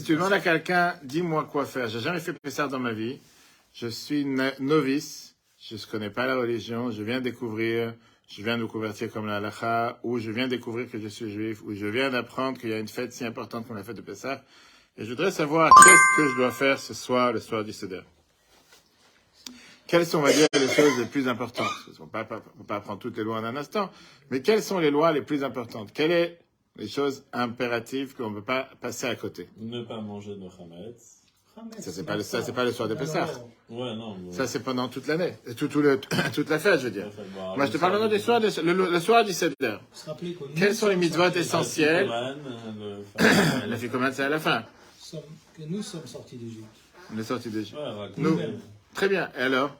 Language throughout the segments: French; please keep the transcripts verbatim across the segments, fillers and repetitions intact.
tu demandes à quelqu'un, dis-moi quoi faire, j'ai jamais fait Pessah dans ma vie, je suis novice, je ne connais pas la religion, je viens découvrir, je viens de me convertir comme la halakha, ou je viens découvrir que je suis juif, ou je viens d'apprendre qu'il y a une fête si importante comme la fête de Pessah, et je voudrais savoir qu'est-ce que je dois faire ce soir, le soir du Seder. Quelles sont, on va dire, les choses les plus importantes? On ne peut pas apprendre toutes les lois en un instant, mais quelles sont les lois les plus importantes? Quelles sont les choses impératives qu'on ne peut pas passer à côté? Ne pas manger de chametz. Ça, c'est pas, le, ça, c'est pas le soir de Pessah. Ouais, non. Mais... Ça, c'est pendant toute l'année. Tout, tout le, toute la fête, je veux dire. Fait, bah, Moi, je te parle maintenant du soir, de, le, le, le soir du Seder. Quels sont les mitzvot essentiels? Le... La ficomane, c'est à la fin. Que nous sommes sortis d'Égypte. On est sortis d'Égypte. Ouais, nous. Très bien. Et alors?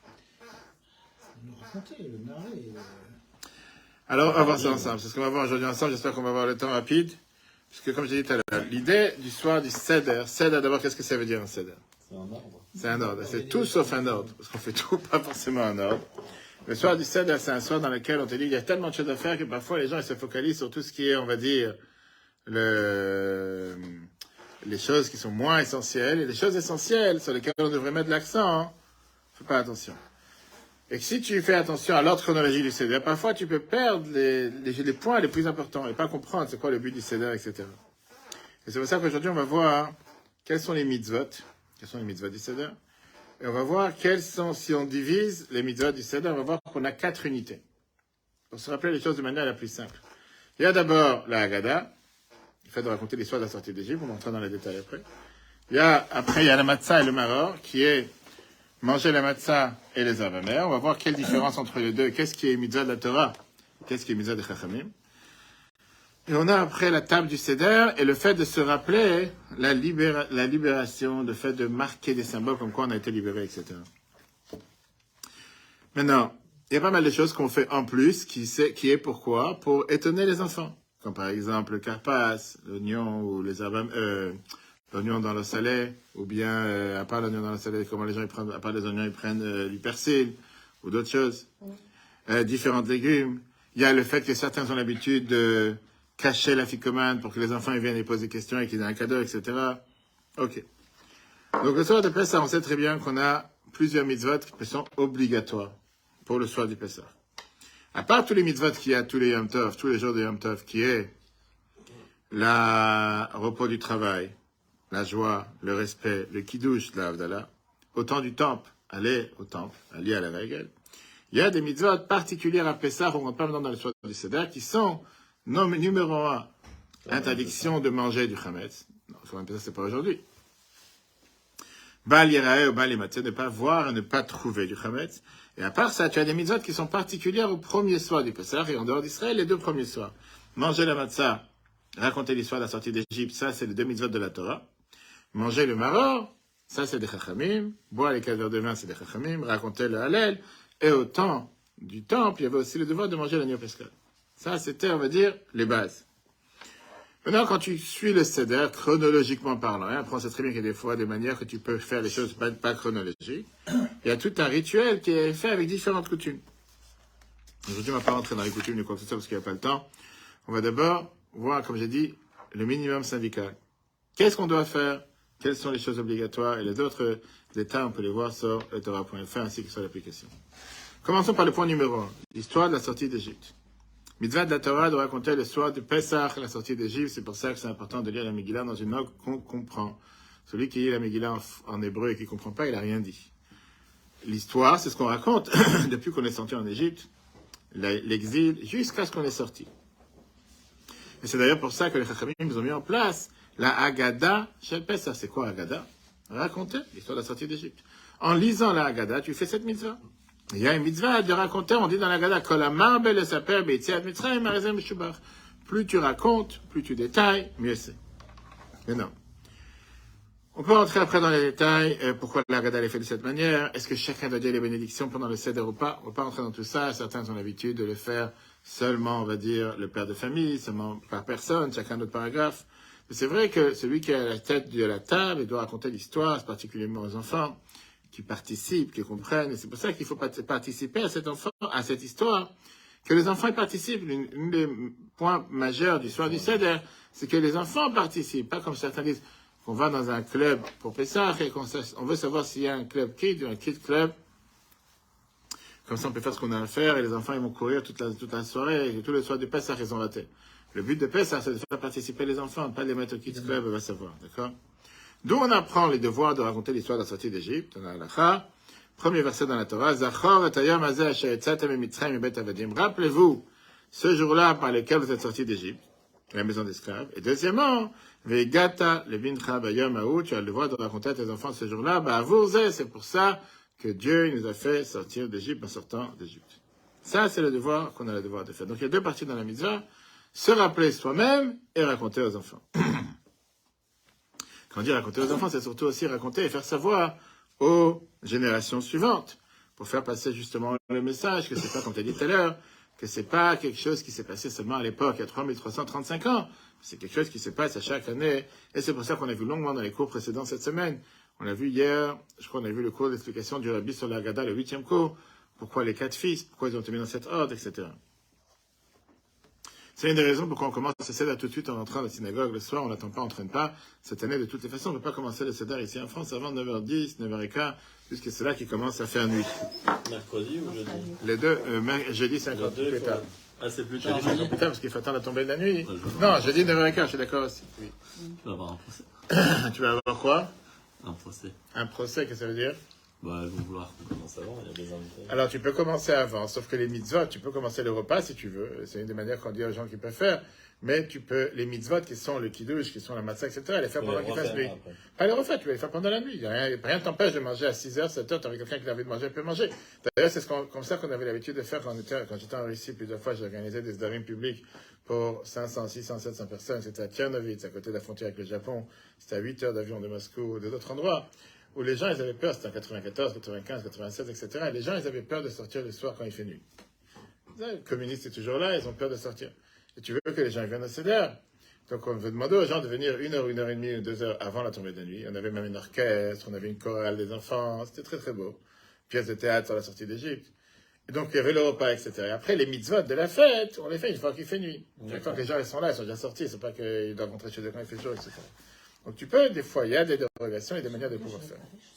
Nous raconter le narrer. Le... Alors, on va voir ça ensemble. C'est ce qu'on va voir aujourd'hui ensemble. J'espère qu'on va avoir le temps rapide. Parce que, comme j'ai dit tout à l'heure, l'idée du soir du Seder, Seder, d'abord, qu'est-ce que ça veut dire un Seder? C'est un ordre. C'est un ordre. C'est tout sauf un ordre. Parce qu'on fait tout, pas forcément un ordre. Le soir du Seder, c'est un soir dans lequel on te dit qu'il y a tellement de choses à faire que parfois les gens ils se focalisent sur tout ce qui est, on va dire, le... les choses qui sont moins essentielles et les choses essentielles sur lesquelles on devrait mettre l'accent. Hein. Fais pas attention. Et que si tu fais attention à l'ordre chronologique du Seder, parfois tu peux perdre les, les, les points les plus importants et pas comprendre c'est quoi le but du Seder, et cetera. Et c'est pour ça qu'aujourd'hui on va voir quels sont les mitzvot, quels sont les mitzvot du Seder, et on va voir quels sont, si on divise les mitzvot du Seder, on va voir qu'on a quatre unités. Pour se rappeler les choses de manière la plus simple. Il y a d'abord la Haggadah, le fait de raconter l'histoire de la sortie d'Égypte, on entrera dans les détails après. Il y a, après il y a la matzah et le maror, qui est manger la matzah et les herbes amères. On va voir quelle différence entre les deux. Qu'est-ce qui est mitzvah de la Torah? Qu'est-ce qui est mitzvah de Chachamim? Et on a après la table du Seder et le fait de se rappeler la, libéra- la libération, le fait de marquer des symboles comme quoi on a été libéré, et cetera. Maintenant, il y a pas mal de choses qu'on fait en plus qui, sait, qui est pourquoi? Pour étonner les enfants. Comme par exemple le carpas, l'oignon ou les herbes euh, l'oignon dans l'eau salée, ou bien, euh, à part l'oignon dans l'eau salée, comment les gens ils prennent, à part les oignons, ils prennent euh, du persil, ou d'autres choses. Mm. Euh, différents légumes. Il y a le fait que certains ont l'habitude de cacher la ficomane pour que les enfants ils viennent et posent des questions et qu'ils aient un cadeau, et cetera. Ok. Donc le soir de Pessah, on sait très bien qu'on a plusieurs mitzvot qui sont obligatoires pour le soir du Pessah. À part tous les mitzvot qu'il y a tous les Yom Tov, tous les jours de Yom Tov, qui est le repos du travail, la joie, le respect, le kiddush, la Havdalah, au temps du temple, aller au temple, aller à la règle. Il y a des mitzvot particulières à Pessah, on ne rentre pas maintenant dans le soir du Seder, qui sont nom, numéro un, interdiction de manger du chametz. Non, le soir du Pessah, c'est pas aujourd'hui. Bal yiraeh ou bal yimatzeh, ne pas voir et ne pas trouver du chametz. Et à part ça, tu as des mitzvot qui sont particulières au premier soir du Pessah, et en dehors d'Israël, les deux premiers soirs. Manger la matzah, raconter l'histoire de la sortie d'Égypte, ça c'est les deux mitzvot de la Torah. Manger le maror, ça c'est des chachamim. Boire les quatre verres de vin, c'est des chachamim. Raconter le halel. Et au temps du temple, il y avait aussi le devoir de manger l'agneau pascal. Ça, c'était, on va dire, les bases. Maintenant, quand tu suis le Seder, chronologiquement parlant, hein, après on sait très bien qu'il y a des fois des manières que tu peux faire les choses pas, pas chronologiques. Il y a tout un rituel qui est fait avec différentes coutumes. Aujourd'hui, on ne va pas rentrer dans les coutumes ni quoi que ce soit parce qu'il n'y a pas le temps. On va d'abord voir, comme j'ai dit, le minimum syndical. Qu'est-ce qu'on doit faire? Quelles sont les choses obligatoires? Et les autres détails, on peut les voir sur le Torah point F R ainsi que sur l'application. Commençons par le point numéro un, l'histoire de la sortie d'Égypte. Mitzvah de la Torah de raconter le soir du Pessah, la sortie d'Égypte. C'est pour ça que c'est important de lire la Megillah dans une langue qu'on comprend. Celui qui lit la Megillah en, en hébreu et qui ne comprend pas, il n'a rien dit. L'histoire, c'est ce qu'on raconte depuis qu'on est sorti en Égypte, l'exil, jusqu'à ce qu'on est sorti. Et c'est d'ailleurs pour ça que les Chachamim ont mis en place la Haggadah chez le Pessah. C'est quoi Haggadah? Raconter l'histoire de la sortie d'Égypte. En lisant la Haggadah, tu fais cette mitzvah. Il y a une mitzvah de raconter, on dit dans la Haggadah, plus tu racontes, plus tu détailles, mieux c'est. Mais non. On peut rentrer après dans les détails, euh, pourquoi la Haggadah est faite de cette manière, est-ce que chacun doit dire les bénédictions pendant le Seder ou pas? On ne va pas rentrer dans tout ça, certains ont l'habitude de le faire seulement, on va dire, le père de famille, seulement par personne, chacun d'autre paragraphe. Mais c'est vrai que celui qui est à la tête de la table, il doit raconter l'histoire, particulièrement aux enfants, qui participent, qui comprennent, et c'est pour ça qu'il faut participer à cet enfant, à cette histoire, que les enfants y participent. L'un des points majeurs du soir du Seder, c'est que les enfants participent, pas comme certains disent, qu'on va dans un club pour Pessah et qu'on on veut savoir s'il y a un club kid ou un kid club. Comme ça, on peut faire ce qu'on a à faire et les enfants, ils vont courir toute la, toute la soirée et tous les soirs du Pessah, ils ont raté. Le but de Pessah, c'est de faire participer les enfants, pas de les mettre au kids club, on va savoir, d'accord? D'où on apprend les devoirs de raconter l'histoire de la sortie d'Égypte, dans la halakha. Premier verset dans la Torah, Zachor et hayom hazeh asher yetzatem mitzrayim mibet avadim. Rappelez-vous ce jour-là par lequel vous êtes sortis d'Égypte, la maison d'esclaves. Et deuxièmement, Vegata levincha bayom haou, tu as le devoir de raconter à tes enfants ce jour-là, bah, vous, c'est pour ça que Dieu nous a fait sortir d'Égypte en sortant d'Égypte. Ça, c'est le devoir qu'on a le devoir de faire. Donc, il y a deux parties dans la mitzvah, se rappeler soi-même et raconter aux enfants. Quand on dit raconter aux enfants, c'est surtout aussi raconter et faire savoir aux générations suivantes, pour faire passer justement le message que c'est pas, comme tu as dit tout à l'heure, que c'est pas quelque chose qui s'est passé seulement à l'époque, il y a trois mille trois cent trente-cinq ans. C'est quelque chose qui se passe à chaque année. Et c'est pour ça qu'on a vu longuement dans les cours précédents cette semaine. On a vu hier, je crois qu'on a vu le cours d'explication du Rabbi sur la Haggadah, le huitième cours. Pourquoi les quatre fils, pourquoi ils ont été mis dans cet ordre, et cetera. C'est une des raisons pourquoi on commence le Seder tout de suite en rentrant à la synagogue le soir. On n'attend pas, on ne traîne pas. Cette année, de toutes les façons, on ne peut pas commencer le Seder ici en France avant neuf heures dix, neuf heures quinze, puisque c'est là qu'il commence à faire nuit. Mercredi ou jeudi? Les deux, euh, mer- jeudi, c'est encore plus tard. Ah, c'est plus Jeudi, tard. c'est encore plus tard parce qu'il faut attendre la tombée de la nuit. Non, jeudi, neuf heures quinze, je suis d'accord aussi. Oui. Tu vas avoir un procès. Tu vas avoir quoi? Un procès. Un procès, qu'est-ce que ça veut dire? Bah, ils vont vouloir qu'on commence avant, il y a des invités. Alors, tu peux commencer avant, sauf que les mitzvot, tu peux commencer le repas si tu veux. C'est une des manières qu'on dit aux gens qui peuvent faire. Mais tu peux, les mitzvot qui sont le kiddush, qui sont la matzah, et cetera, les faire Tu pendant peux qu'il les fasse nuit. refaire après. Pas les refaire, tu vas les faire pendant la nuit. Y a rien rien ne t'empêche de manger à six heures, sept heures, tu avais quelqu'un qui a envie de manger, il peut manger. D'ailleurs, c'est ce qu'on- comme ça qu'on avait l'habitude de faire quand, on était, quand j'étais en Russie. Plusieurs fois, j'ai organisé des sdarim publics pour cinq cents, six cents, sept cents personnes. C'était à Tchernovitz, à côté de la frontière avec le Japon. C'était à huit heures d'avion de Moscou ou d'autres endroits. Où les gens, ils avaient peur, c'était en quatre-vingt-quatorze, quatre-vingt-quinze, quatre-vingt-seize, et cetera. Et les gens, ils avaient peur de sortir le soir quand il fait nuit. Les communistes sont toujours là, ils ont peur de sortir. Et tu veux que les gens viennent au Seder. Donc on veut demander aux gens de venir une heure, une heure et demie, ou deux heures avant la tombée de la nuit. On avait même un orchestre, on avait une chorale des enfants, c'était très très beau. Pièce de théâtre sur la sortie d'Égypte. Et donc il y avait le repas, et cetera. Et après, les mitzvot de la fête, on les fait une fois qu'il fait nuit. Chaque fois que les gens ils sont là, ils sont déjà sortis, c'est pas qu'ils doivent rentrer chez eux quand il fait jour, et cetera. Donc tu peux, des fois, il y a des dérogations et des manières de pouvoir faire.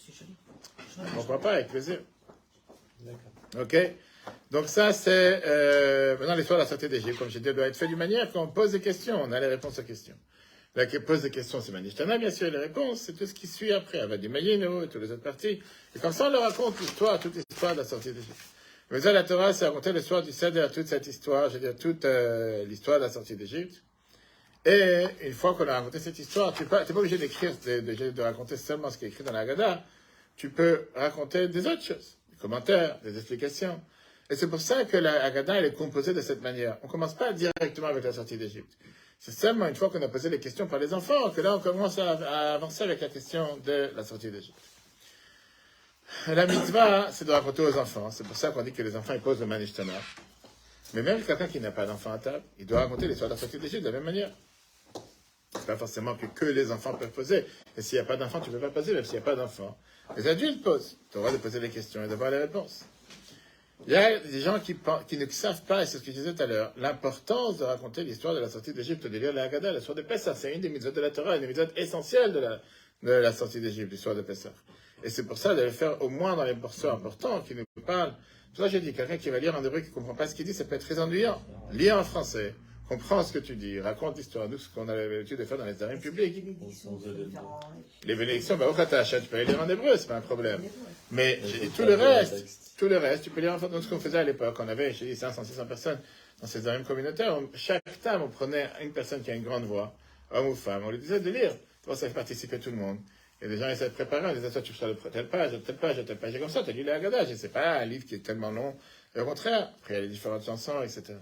On ne pas, avec plaisir. D'accord. Ok? Donc ça, c'est euh, maintenant l'histoire de la sortie d'Égypte. Comme j'ai dit, elle doit être faite d'une manière qu'on pose des questions, on a les réponses aux questions. Là, qui pose des questions, c'est Manishtana, bien sûr, et les réponses, c'est tout ce qui suit après, Avad du Mayeno et toutes les autres parties. Et comme ça, on leur raconte l'histoire, toute l'histoire de la sortie d'Égypte. Mais ça, la Torah, c'est raconter l'histoire du Seder, toute cette histoire, je veux dire, toute euh, l'histoire de la sortie d'Égypte. Et une fois qu'on a raconté cette histoire, tu n'es pas, pas obligé d'écrire, de, de, de raconter seulement ce qui est écrit dans la Haggadah. Tu peux raconter des autres choses, des commentaires, des explications. Et c'est pour ça que la Haggadah, elle est composée de cette manière. On ne commence pas directement avec la sortie d'Égypte. C'est seulement une fois qu'on a posé les questions par les enfants que là, on commence à, à avancer avec la question de la sortie d'Égypte. La mitzvah, c'est de raconter aux enfants. C'est pour ça qu'on dit que les enfants, ils posent le manishtana. Mais même quelqu'un qui n'a pas d'enfant à table, il doit raconter l'histoire de la sortie d'Égypte de la même manière. C'est pas forcément que, que les enfants peuvent poser. Et s'il n'y a pas d'enfant, tu ne peux pas poser, même s'il n'y a pas d'enfant. Les adultes posent. Tu as le droit de poser les questions et d'avoir les réponses. Il y a des gens qui, qui ne savent pas, et c'est ce que je disais tout à l'heure, l'importance de raconter l'histoire de la sortie d'Égypte, de lire la Haggadah, l'histoire de Pessah. C'est une des mitzvot de la Torah, une des mitzvot essentielles de la, de la sortie d'Égypte, l'histoire de Pessah. Et c'est pour ça de le faire au moins dans les morceaux importants qui nous parlent. C'est pour ça que j'ai dit, quelqu'un qui va lire en hébreu qui ne comprend pas ce qu'il dit, ça peut être très ennuyant. Lire en français. Comprends ce que tu dis, raconte l'histoire, nous, ce qu'on a l'habitude de faire dans les terrains publics. Les bénédictions, bah, au Khatachat, tu peux les lire en hébreu, c'est pas un problème. Mais, j'ai dit, tout le reste, tout le reste, tu peux lire en français. Ce qu'on faisait à l'époque, on avait, j'ai dit, cinq cents, six cents personnes dans ces terrains communautaires. On, chaque time, on prenait une personne qui a une grande voix, homme ou femme, on lui disait de lire. Ça fait participer tout le monde. Et les gens essaient de préparer, on disait, ça, tu feras telle page, telle page, telle page, et comme ça, tu as lu la Haggadah. Je sais pas, un livre qui est tellement long. Et au contraire, après, il y a les différentes chansons, et cetera.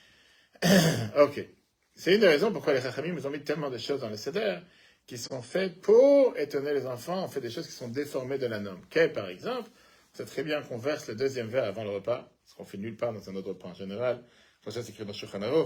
Ok. C'est une des raisons pourquoi les Chachamim nous ont mis tellement de choses dans le Seder qui sont faites pour étonner les enfants. On fait des choses qui sont déformées de la norme. Quel, par exemple, c'est très bien qu'on verse le deuxième verre avant le repas, ce qu'on fait nulle part dans un autre repas en général. Pour ça, c'est écrit dans Shulchan Aruch.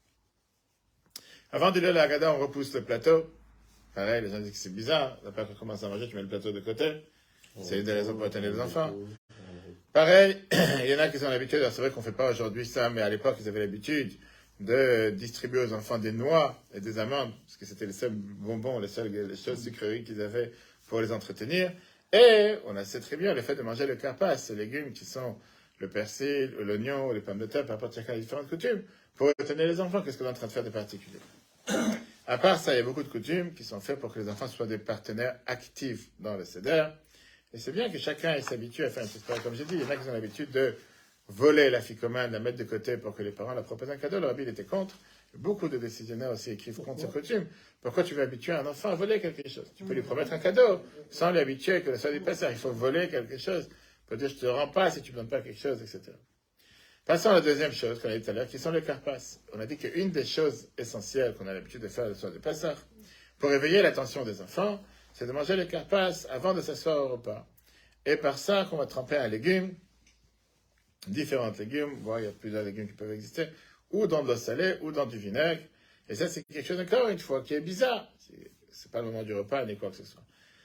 Avant de lire la Haggadah, on repousse le plateau. Pareil, les gens disent que c'est bizarre. Après qu'on commence à manger, tu mets le plateau de côté. C'est une des raisons pour étonner les enfants. Pareil, il y en a qui ont l'habitude, c'est vrai qu'on ne fait pas aujourd'hui ça, mais à l'époque, ils avaient l'habitude de distribuer aux enfants des noix et des amandes, parce que c'était les seuls bonbons, les seules les seules sucreries qu'ils avaient pour les entretenir. Et on a sait très bien le fait de manger le karpas, ces légumes qui sont le persil, l'oignon, les pommes de terre, peu importe chacun les différentes coutumes, pour retenir les enfants. Qu'est-ce qu'on est en train de faire de particulier? À part ça, il y a beaucoup de coutumes qui sont faites pour que les enfants soient des partenaires actifs dans le seder. Et c'est bien que chacun s'habitue à faire une petite histoire. Comme j'ai dit, il y en a qui ont l'habitude de voler la ficomane, de la mettre de côté pour que les parents la proposent un cadeau. Le rabbi, il était contre. Beaucoup de décisionnaires aussi écrivent contre ces coutumes. Pourquoi tu veux habituer un enfant à voler quelque chose? Tu peux lui promettre un cadeau sans l'habituer que le soit du passé. Il faut voler quelque chose. Pour dire, je te rends pas si tu ne me donnes pas quelque chose, et cetera. Passons à la deuxième chose qu'on a dit tout à l'heure, qui sont les karpas. On a dit qu'une des choses essentielles qu'on a l'habitude de faire le soir de Pessah, pour éveiller l'attention des enfants, c'est de manger les karpas avant de s'asseoir au repas. Et par ça, qu'on va tremper un légume, différents légumes, bon, il y a plusieurs légumes qui peuvent exister, ou dans de l'eau salée, ou dans du vinaigre. Et ça, c'est quelque chose, encore une fois, qui est bizarre. C'est, c'est pas le moment du repas, ni quoi que ce soit.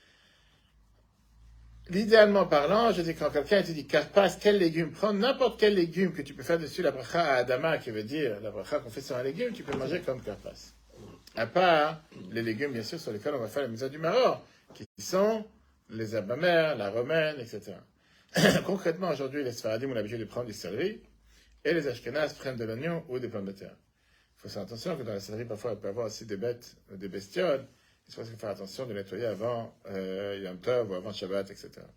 L'idéalement parlant, je dis quand quelqu'un te dit karpas, quel légume prendre, n'importe quel légume que tu peux faire dessus la bracha à Adama, qui veut dire la bracha qu'on fait sur un légume, tu peux le manger comme karpas. À part les légumes, bien sûr, sur lesquels on va faire la mise du maror, qui sont les herbes amères, la romaine, et cetera. Concrètement, aujourd'hui, les Sfaradim ont l'habitude de prendre du céleri, et les Ashkenazes prennent de l'oignon ou des pommes de terre. Il faut faire attention que dans la céleri, parfois, il peut y avoir aussi des bêtes, des bestioles. Il faut faire attention de nettoyer avant euh, Yom Tov ou avant Shabbat, et cetera.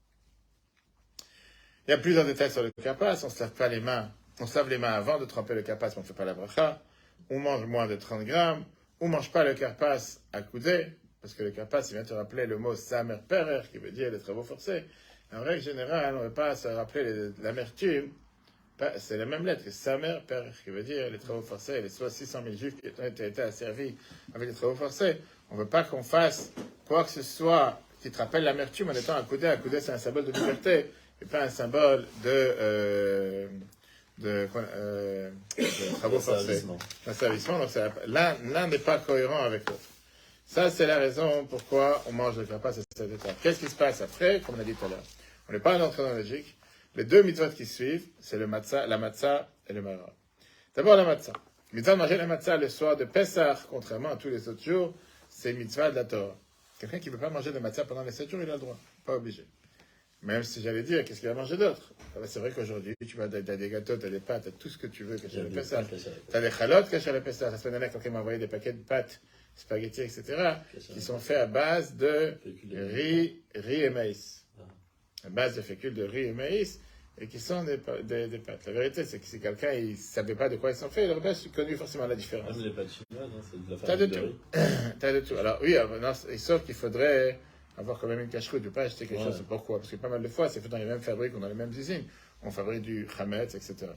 Il y a plusieurs détails sur le karpas. On ne se lave pas les mains. On se lave les mains avant de tremper le karpas, mais on ne fait pas la bracha. On mange moins de trente grammes. On ne mange pas le karpas à couder, parce que le karpas, il vient te rappeler le mot samer perer, qui veut dire les travaux forcés. En règle générale, on ne veut pas se rappeler les, l'amertume. C'est la même lettre que samer perer, qui veut dire les travaux forcés. Les soit six cent mille juifs qui ont été asservis avec les travaux forcés. On ne veut pas qu'on fasse quoi que ce soit qui te rappelle l'amertume en étant accoudé. Accoudé, c'est un symbole de liberté, et pas un symbole de, euh, de, euh, de travaux forcés. Un servicement. Donc l'un, l'un n'est pas cohérent avec l'autre. Ça, c'est la raison pourquoi on mange le karpas à cet état. Qu'est-ce qui se passe après, comme on a dit tout à l'heure? On n'est pas entré dans la logique. Les deux mitzvot qui suivent, c'est le matzah, la matzah et le maror. D'abord la matzah. Mitzvah de manger la matzah le soir de Pessah, contrairement à tous les autres jours, c'est mitzvah de la Torah. Quelqu'un qui ne peut pas manger de matzah pendant les sept jours, il a le droit. Pas obligé. Même si j'allais dire, qu'est-ce qu'il va manger d'autre? C'est vrai qu'aujourd'hui, tu as des gâteaux, tu as des pâtes, tu as tout ce que tu veux cacher le Pessah. Tu as des chalotes cacher le Pessah. La semaine dernière, quelqu'un m'a envoyé des paquets de pâtes, spaghettis, et cetera, qui sont faits à base de riz, riz et maïs. À base de fécule de riz et maïs, et qui sont des, des, des pâtes. La vérité, c'est que si quelqu'un ne savait pas de quoi ils sont faits, il n'aurait pas connu forcément la différence. Même les pâtes chinoises, hein, c'est de la T'as de farine de tout. riz. T'as de tout. Alors oui, non, sauf qu'il faudrait avoir quand même une cache-route, de ne pas acheter quelque Ouais. chose. Pourquoi? Parce que pas mal de fois, c'est fait dans les mêmes fabriques ou dans les mêmes usines. On fabrique du chametz, et cetera.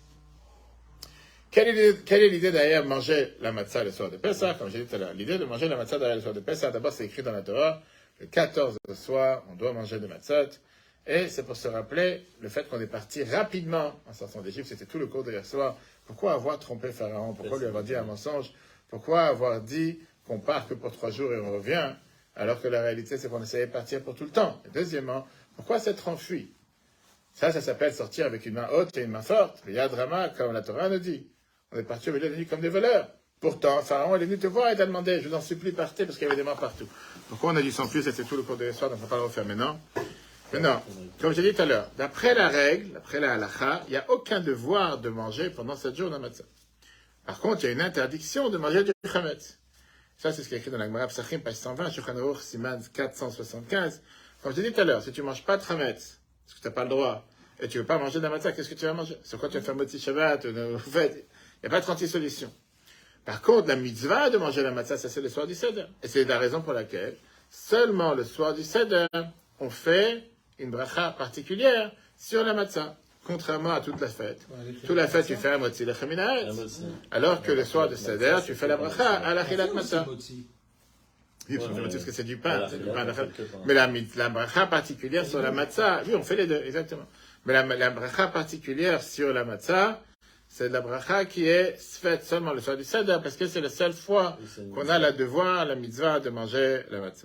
Quelle est, l'idée, quelle est l'idée derrière manger la matzah le soir de Pessah? Comme j'ai dit tout à l'heure, l'idée de manger la matzah derrière le soir de Pessah, d'abord c'est écrit dans la Torah, le quatorze au soir, on doit manger des matzot. Et c'est pour se rappeler le fait qu'on est parti rapidement en sortant d'Égypte. C'était tout le cours d'hier soir. Pourquoi avoir trompé Pharaon? Pourquoi lui avoir dit un mensonge? Pourquoi avoir dit qu'on part que pour trois jours et on revient, alors que la réalité c'est qu'on essayait de partir pour tout le temps? Et deuxièmement, pourquoi s'être enfui? Ça, ça s'appelle sortir avec une main haute et une main forte. Il y a drama, comme la Torah nous dit. On est parti au milieu de la nuit comme des voleurs. Pourtant, Pharaon est venu te voir et t'a demandé, je vous en supplie, partez, parce qu'il y avait des morts partout. Pourquoi on a dû s'enfuir? C'était tout le cours d'hier soir, donc on ne va pas le refaire maintenant. Maintenant, comme j'ai dit tout à l'heure, d'après la règle, d'après la halakha, il n'y a aucun devoir de manger pendant sept jours dans la matzah. Par contre, il y a une interdiction de manger du chametz. Ça, c'est ce qui est écrit dans la Gemara Psachim, page cent vingt, Shulchan Aruch, Siman quatre cent soixante-quinze. Comme j'ai dit tout à l'heure, si tu ne manges pas de chametz, parce que tu n'as pas le droit, et tu ne veux pas manger de la matzah, qu'est-ce que tu vas manger? Sur quoi tu vas faire motzi Shabbat? En fait, il n'y a pas trente-six solutions. Par contre, la mitzvah de manger la matzah, ça c'est le soir du Seder. Et c'est la raison pour laquelle, seulement le soir du Seder, on fait une bracha particulière sur la matzah, contrairement à toute la fête. Ouais, toute la fête, tu fais un motzi lechem haaretz, alors que le soir de Seder, tu fais la bracha à la chilat matzah. Oui, parce que parce que c'est du pain, c'est du pain. Mais la, la bracha particulière sur la matzah, oui, on fait les deux, exactement. Mais la, la bracha particulière sur la matzah, c'est la bracha qui est faite seulement le soir du Seder, parce que c'est la seule fois qu'on a le devoir, la mitzvah, de manger la matzah.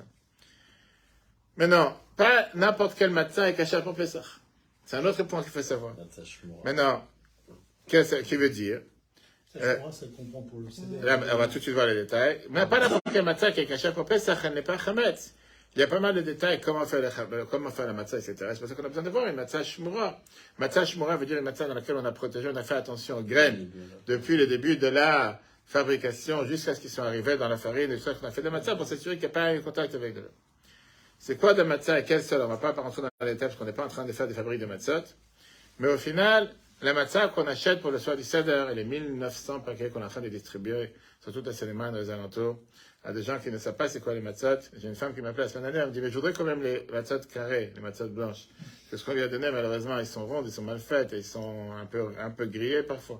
Maintenant, pas n'importe quel matzah est caché pour Pessah. C'est un autre point qu'il faut savoir. Maintenant, qu'est-ce qui veut dire? Ça, euh, ça comprend pour le C D. Là, on va tout de suite voir les détails. Mais pas n'importe quel matzah qui est caché pour Pesach, elle n'est pas chametz. Il y a pas mal de détails, comment faire, le, comment faire la matzah, et cetera. C'est pour ça qu'on a besoin de voir une matzah shmura. Matzah shmura veut dire une matzah dans laquelle on a protégé, on a fait attention aux graines depuis le début de la fabrication jusqu'à ce qu'ils soient arrivés dans la farine, et tout ça qu'on a fait de matzah pour s'assurer qu'il n'y a pas eu contact avec de l'eau. C'est quoi de matzah et quel seul? On ne va pas rentrer dans les détails parce qu'on n'est pas en train de faire des fabriques de matzot. Mais au final, la matzah qu'on achète pour le soir du Seder et les mille neuf cents paquets qu'on est en train de distribuer sur toute la Sélémane dans les alentours, à des gens qui ne savent pas c'est quoi les matzot. J'ai une femme qui m'appelait la semaine dernière, elle me dit, mais je voudrais quand même les matzot carrés, les matzot blanches. Parce que ce qu'on lui a donné, malheureusement, ils sont ronds, ils sont mal faits et ils sont un peu, un peu grillés parfois.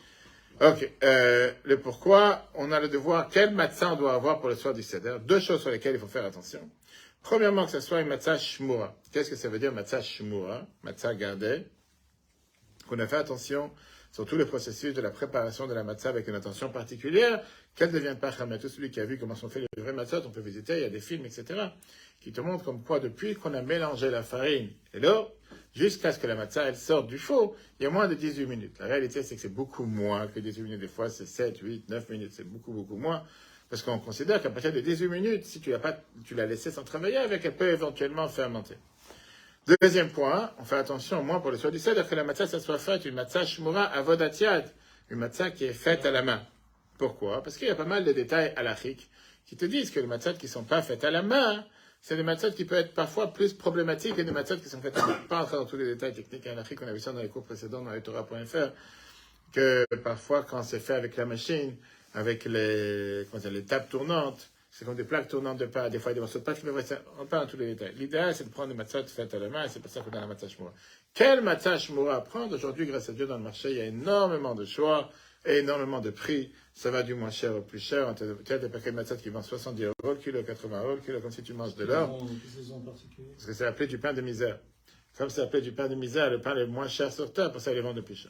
Ok, euh, le pourquoi, on a le devoir, quel matzah on doit avoir pour le soir du Seder. Deux choses sur lesquelles il faut faire attention. Premièrement, que ce soit une matzah shmura. Qu'est-ce que ça veut dire matzah shmura? Matzah gardée. Qu'on a fait attention sur tout le processus de la préparation de la matzah avec une attention particulière, qu'elle ne devienne pas chamet. Tout celui qui a vu comment sont fait les vrais matzot, on peut visiter, il y a des films, et cetera, qui te montrent comme quoi, depuis qu'on a mélangé la farine et l'eau, jusqu'à ce que la matzah, elle sorte du four, il y a moins de dix-huit minutes. La réalité, c'est que c'est beaucoup moins que dix-huit minutes. Des fois, c'est sept, huit, neuf minutes. C'est beaucoup, beaucoup moins. Parce qu'on considère qu'à partir de dix-huit minutes, si tu l'as pas, tu l'as laissée sans travailler avec, elle peut éventuellement fermenter. Deuxième point, on fait attention, au moins pour le soir du Seder, que la matzah, ça soit faite, une matzah shmura avodat yad, une matzah qui est faite à la main. Pourquoi? Parce qu'il y a pas mal de détails halachiques qui te disent que les matzahs qui ne sont pas faites à la main, c'est des matzahs qui peuvent être parfois plus problématiques que des matzahs qui sont faites à la main. Pas entrer dans tous les détails techniques et halachiques, on a vu ça dans les cours précédents dans les torah point f r, que parfois quand c'est fait avec la machine, avec les, comment dire, les tables tournantes, c'est comme des plaques tournantes de pâte, des fois des morceaux de pâte, mais on parle dans tous les détails. L'idéal, c'est de prendre des matzahs faites à la main, et c'est pour ça qu'on a la matzah shmura. Quel matzah shmura à prendre? Aujourd'hui, grâce à Dieu, dans le marché, il y a énormément de choix, et énormément de prix. Ça va du moins cher au plus cher. Tu as des paquets de matzahs qui vendent soixante-dix euros le kilo, quatre-vingts euros le kilo, comme si tu manges de l'or. Parce que c'est appelé du pain de misère. Comme c'est appelé du pain de misère, le pain le moins cher sur terre, pour ça, ils les vendent le plus cher.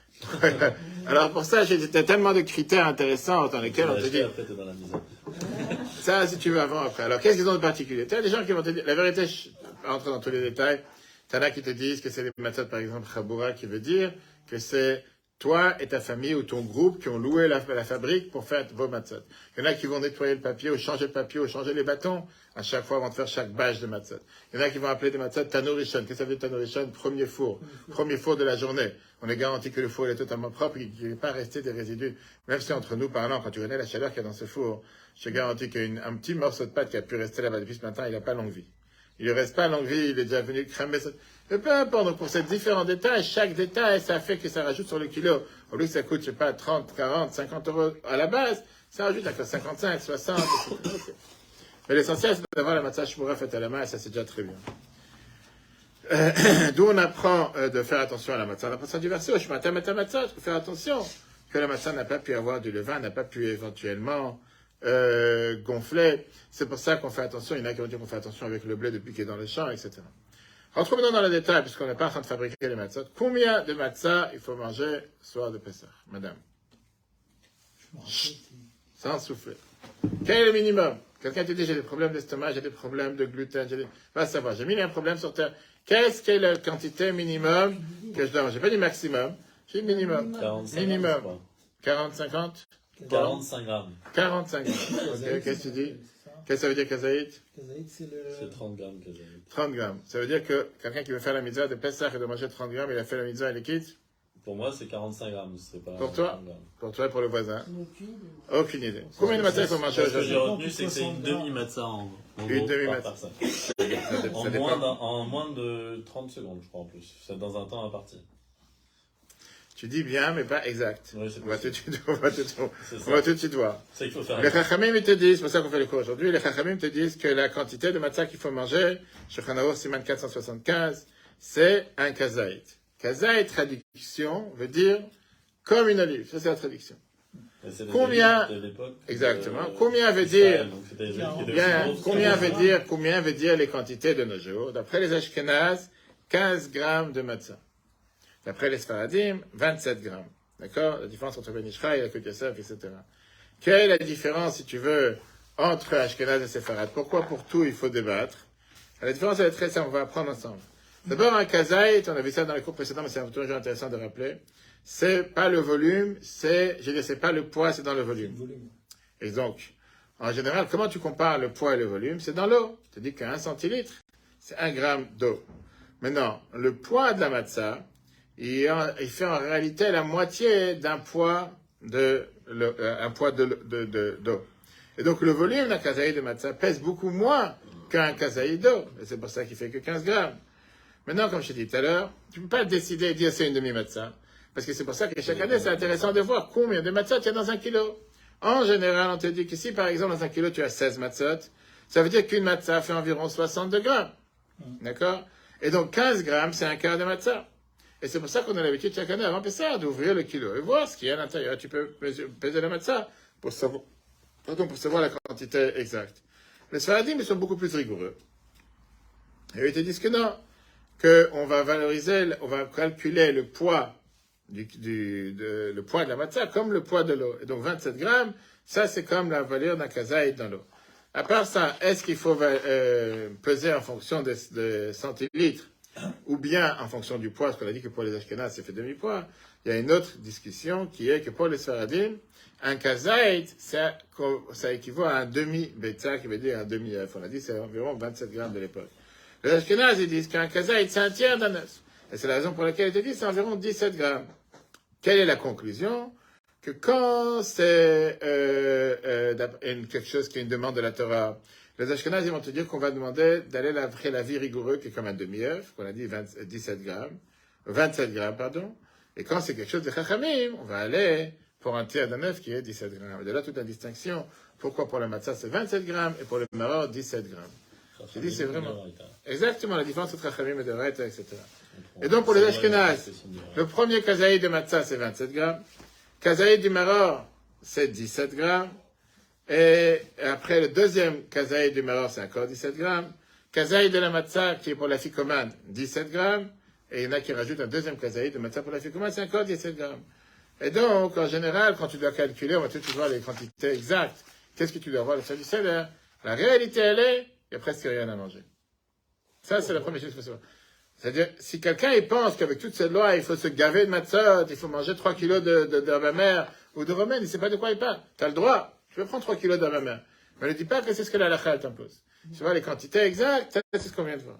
Alors pour ça, j'ai tellement de critères intéressants dans lesquels on te dit... Après, t'es dans la misère. Ça, si tu veux, avant, après. Alors, qu'est-ce qu'ils ont de particulier? Tu as des gens qui vont te dire... La vérité, je ne vais pas rentrer dans tous les détails. Tu en as qui te disent que c'est les matzot, par exemple, chaboura, qui veut dire que c'est toi et ta famille ou ton groupe qui ont loué la, la fabrique pour faire vos matzot. Il y en a qui vont nettoyer le papier ou changer le papier ou changer les bâtons à chaque fois avant de faire chaque bâche de matzot. Il y en a qui vont appeler des matzot tanurishon. Qu'est-ce que ça veut dire tanurishon? Premier four. Premier four de la journée. On est garanti que le four est totalement propre et qu'il ne va pas rester des résidus. Même si entre nous parlant, quand tu connais la chaleur qu'il y a dans ce four, je te garantis qu'un petit morceau de pâte qui a pu rester là-bas depuis ce matin, il n'a pas longue vie. Il ne reste pas longue vie, il est déjà venu cramer. Mais peu importe, donc pour ces différents détails, chaque détail, ça fait que ça rajoute sur le kilo. Au lieu que ça coûte, je sais pas, trente, quarante, cinquante euros à la base, ça rajoute à cinquante-cinq, soixante, et cetera. Mais l'essentiel, c'est d'avoir la matzah shmura faite à la main, et ça c'est déjà très bien. Euh, D'où on apprend euh, de faire attention à la matzah. On apprend ça du verset, je m'attends à matzah, il faut faire attention que la matzah n'a pas pu avoir du levain, n'a pas pu éventuellement euh, gonfler. C'est pour ça qu'on fait attention, il y en a qui vont dire qu'on fait attention avec le blé depuis qu'il est dans le champ, et cetera. Rentrons maintenant dans le détail, puisqu'on n'est pas en train de fabriquer les matzahs. Combien de matzahs il faut manger soir de Pessah, madame? Sans souffler. Quel est le minimum? Quelqu'un te dit, j'ai des problèmes d'estomac, j'ai des problèmes de gluten, j'ai des... Va savoir, j'ai mis un problème sur terre. Qu'est-ce qu'est la quantité minimum que je dois manger? J'ai pas dit maximum, j'ai dit minimum. quarante-cinq minimum. grammes, quarante, cinquante? quarante-cinq grammes. quarante-cinq grammes. Ok, qu'est-ce que tu dis? Qu'est-ce que ça veut dire, kazaït? Kazaït, c'est le... C'est trente grammes kazaït. trente grammes. Ça veut dire que quelqu'un qui veut faire la mitzvah de Pessah et de manger trente grammes, il a fait la mitzvah et il quitte? Pour moi, c'est quarante-cinq grammes. C'est pas Pour toi? trente grammes. Pour toi et pour le voisin? Aucune idée. Aucune idée. Combien de matzahs il faut manger Ce que j'ai aujourd'hui? retenu, c'est que c'est une demi-matzah en, en Une gros, demi-matzah. par personne. Ça dé- En ça moins, dépend. d'un- en moins de trente secondes, je crois, en plus. C'est dans un temps imparti. Tu dis bien, mais pas exact. Oui, c'est On va tout de possible. suite, on va tout de suite- C'est on ça. va tout de suite voir. C'est qu'il faut faire Les attention. Chachamim, ils te disent, c'est pour ça qu'on fait le cours aujourd'hui, les Chachamim te disent que la quantité de matzah qu'il faut manger, Shulchan Aruch Siman quatre cent soixante-quinze, c'est un kazaït. Kazaït, traduction, veut dire comme une olive. Ça, c'est la traduction. Et c'est des Combien- élites de l'époque, Exactement. euh, Combien veut d'Israël, dire- donc c'était des élites qui étaient Bien, aussi grosses combien que- veut dire, combien veut dire les quantités de nos jours? D'après les Ashkenaz, quinze grammes de matzah. D'après les Sfaradim, vingt-sept grammes. D'accord? La différence entre Ben Ishraï et la Kut Yosef, et cetera. Quelle est la différence, si tu veux, entre Ashkenaz et Sepharad? Pourquoi pour tout il faut débattre? La différence elle est très simple, on va apprendre ensemble. D'abord, un kazaït, on a vu ça dans les cours précédents, mais c'est toujours intéressant de rappeler. C'est pas le volume, c'est, je veux dire, c'est pas le poids, c'est dans le volume. volume. Et donc, en général, comment tu compares le poids et le volume? C'est dans l'eau. Je te dis qu'un centilitre, c'est un gramme d'eau. Maintenant, le poids de la matzah, il, il fait en réalité la moitié d'un poids de, le, un poids de, de, de, d'eau. Et donc, le volume d'un kazaï de matzah pèse beaucoup moins qu'un kazaï d'eau. Et c'est pour ça qu'il fait que quinze grammes. Maintenant, comme je t'ai dit tout à l'heure, tu ne peux pas décider et dire c'est une demi-matzah. Parce que c'est pour ça que chaque année, c'est intéressant de voir combien de matzah tu as dans un kilo. En général, on te dit que si, par exemple, dans un kilo, tu as seize matzot, ça veut dire qu'une matzah fait environ soixante-deux grammes. D'accord? Et donc, quinze grammes, c'est un quart de matzah. Et c'est pour ça qu'on a l'habitude chaque année, avant Pessah, d'ouvrir le kilo et voir ce qu'il y a à l'intérieur. Tu peux peser la matzah pour savoir, pardon, pour savoir la quantité exacte. Les Sfaradim, ils sont beaucoup plus rigoureux. Et ils te disent que non, qu'on va valoriser, on va calculer le poids du, du de, le poids de la matzah comme le poids de l'eau. Et donc vingt-sept grammes, ça c'est comme la valeur d'un kazaïd dans l'eau. À part ça, est-ce qu'il faut euh, peser en fonction de, de centilitres ou bien en fonction du poids, parce qu'on a dit que pour les Ashkénazes, c'est fait demi-poids. Il y a une autre discussion qui est que pour les Sfaradim, un kazaïd, ça, ça équivaut à un demi-betza, qui veut dire un demi-œuf. On a dit que c'est environ vingt-sept grammes de l'époque. Les Ashkénazes, ils disent qu'un kazaïd, c'est un tiers d'un œuf. Et c'est la raison pour laquelle ils te disent que c'est environ dix-sept grammes. Quelle est la conclusion? Que quand c'est euh, euh, quelque chose qui est une demande de la Torah, les Ashkénazes, ils vont te dire qu'on va demander d'aller après la vie rigoureuse, qui est comme un demi-œuf, qu'on a dit vingt, dix-sept grammes, vingt-sept grammes, pardon. Et quand c'est quelque chose de chachamim, on va aller pour un tiers d'un œuf qui est dix-sept grammes. Et de là, toute la distinction. Pourquoi pour le matzah, c'est vingt-sept grammes, et pour le maror, dix-sept grammes. Je dis, c'est vraiment exactement la différence entre chachamim et de raïta, et cetera. Et donc, pour les Ashkénazes, le premier kazaï de matzah, c'est vingt-sept grammes. Kazaï du maror, c'est dix-sept grammes. Et après, le deuxième kazaï du maror, c'est encore dix-sept grammes. Kazaï de la matzah, qui est pour la ficomane, dix-sept grammes. Et il y en a qui rajoutent un deuxième kazaï de matzah pour la ficomane, c'est encore dix-sept grammes. Et donc, en général, quand tu dois calculer, on va tout de suite voir les quantités exactes. Qu'est-ce que tu dois voir le service salaire? La réalité, elle est, il n'y a presque rien à manger. Ça, c'est la première chose qu'il faut savoir. C'est-à-dire, si quelqu'un il pense qu'avec toute cette loi, il faut se gaver de matzot, il faut manger trois kilos de, de, d'herbe amère ou de romaine, il ne sait pas de quoi il parle. Tu as le droit. Tu peux prendre trois kilos d'herbe amère. Mais ne dis pas que c'est ce que la halakha t'impose. Tu vois les quantités exactes, c'est ce qu'on vient de voir.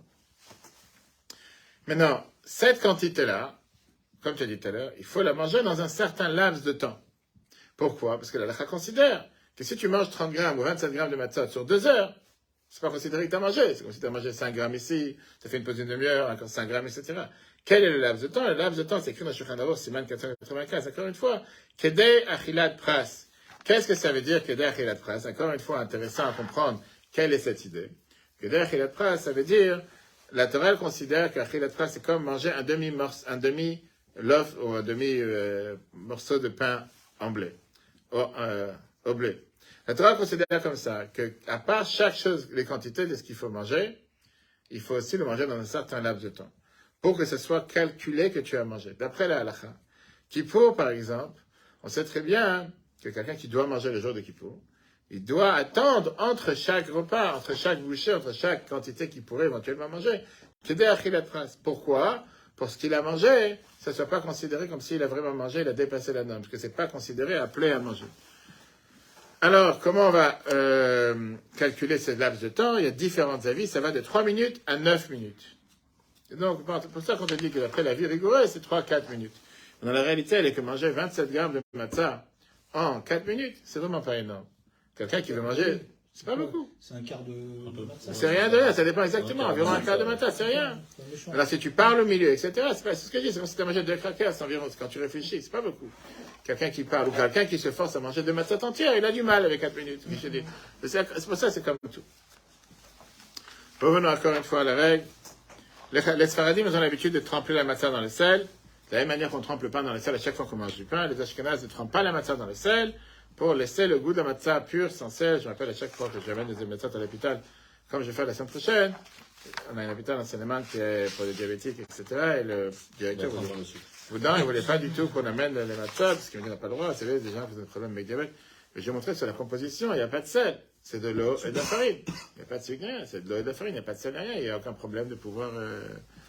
Maintenant, cette quantité-là, comme tu as dit tout à l'heure, il faut la manger dans un certain laps de temps. Pourquoi? Parce que la halakha considère que si tu manges trente grammes ou vingt-sept grammes de matzot sur deux heures, c'est pas considéré que tu as mangé. C'est comme si tu as mangé cinq grammes ici, tu as fait une pause d'une demi-heure, encore cinq grammes, et cetera. Quel est le laps de temps? Le laps de temps, c'est écrit dans Shulchan Aruch, Siman quatre cent quatre-vingt-quinze. Encore une fois, Kedei Achilat Pras. Qu'est-ce que ça veut dire, Kedei Achilat Pras? Encore une fois, intéressant à comprendre quelle est cette idée. Kedei Achilat Pras, ça veut dire, la Torah considère qu'Achilat Pras, c'est comme manger un demi-morceau, un demi-loaf ou un demi-morceau de pain en blé, au, euh, au blé. La Torah considère comme ça, que, à part chaque chose, les quantités de ce qu'il faut manger, il faut aussi le manger dans un certain laps de temps, pour que ce soit calculé que tu as mangé. D'après la halakha, Kippour, par exemple, on sait très bien que quelqu'un qui doit manger le jour de Kippour, il doit attendre entre chaque repas, entre chaque bouchée, entre chaque quantité qu'il pourrait éventuellement manger, Kedei Achilat Pras. Pourquoi? Pour ce qu'il a mangé, ça ne soit pas considéré comme s'il a vraiment mangé, il a dépassé la norme, parce que ce n'est pas considéré appelé à manger. Alors, comment on va euh, calculer ce laps de temps? Il y a différents avis, ça va de trois minutes à neuf minutes. Et donc, pour ça qu'on te dit que d'après la vie rigoureuse, c'est trois à quatre minutes. Dans la réalité, elle est que manger vingt-sept grammes de matzah en quatre minutes, c'est vraiment pas énorme. Quelqu'un qui veut manger, c'est pas beaucoup. C'est un quart de matzah. C'est rien de rien, ça dépend exactement. Environ un quart de matzah, c'est rien. Alors, si tu parles au milieu, et cetera, c'est pas c'est ce que je dis, c'est comme si tu as mangé deux crackers, c'est environ, quand tu réfléchis, c'est pas beaucoup. Quelqu'un qui parle, ou quelqu'un qui se force à manger deux matzot entières, il a du mal avec quatre minutes. Je dis. C'est pour ça, c'est comme tout. Revenons encore une fois à la règle. Les, les Sfaradim, ils ont l'habitude de tremper la matzah dans le sel. De la même manière qu'on trempe le pain dans le sel à chaque fois qu'on mange du pain, les Ashkénazes ne trempent pas la matzah dans le sel pour laisser le goût de la matzah pure, sans sel. Je me rappelle à chaque fois que j'amène des matzahs à l'hôpital, comme je vais faire la semaine prochaine, on a un hôpital d'enseignement qui est pour les diabétiques, et cetera. Et le directeur Boudin, il ne voulait pas du tout qu'on amène les matzahs, parce qu'il me dit, on n'a pas le droit. C'est vrai, des gens qui ont des problèmes avec diabète. Mais j'ai montré sur la composition, il n'y a pas de sel. C'est de l'eau et de la farine. Il n'y a pas de sucre, rien. C'est de l'eau et de la farine. Il n'y a pas de sel, rien. Il n'y a aucun problème de pouvoir, euh,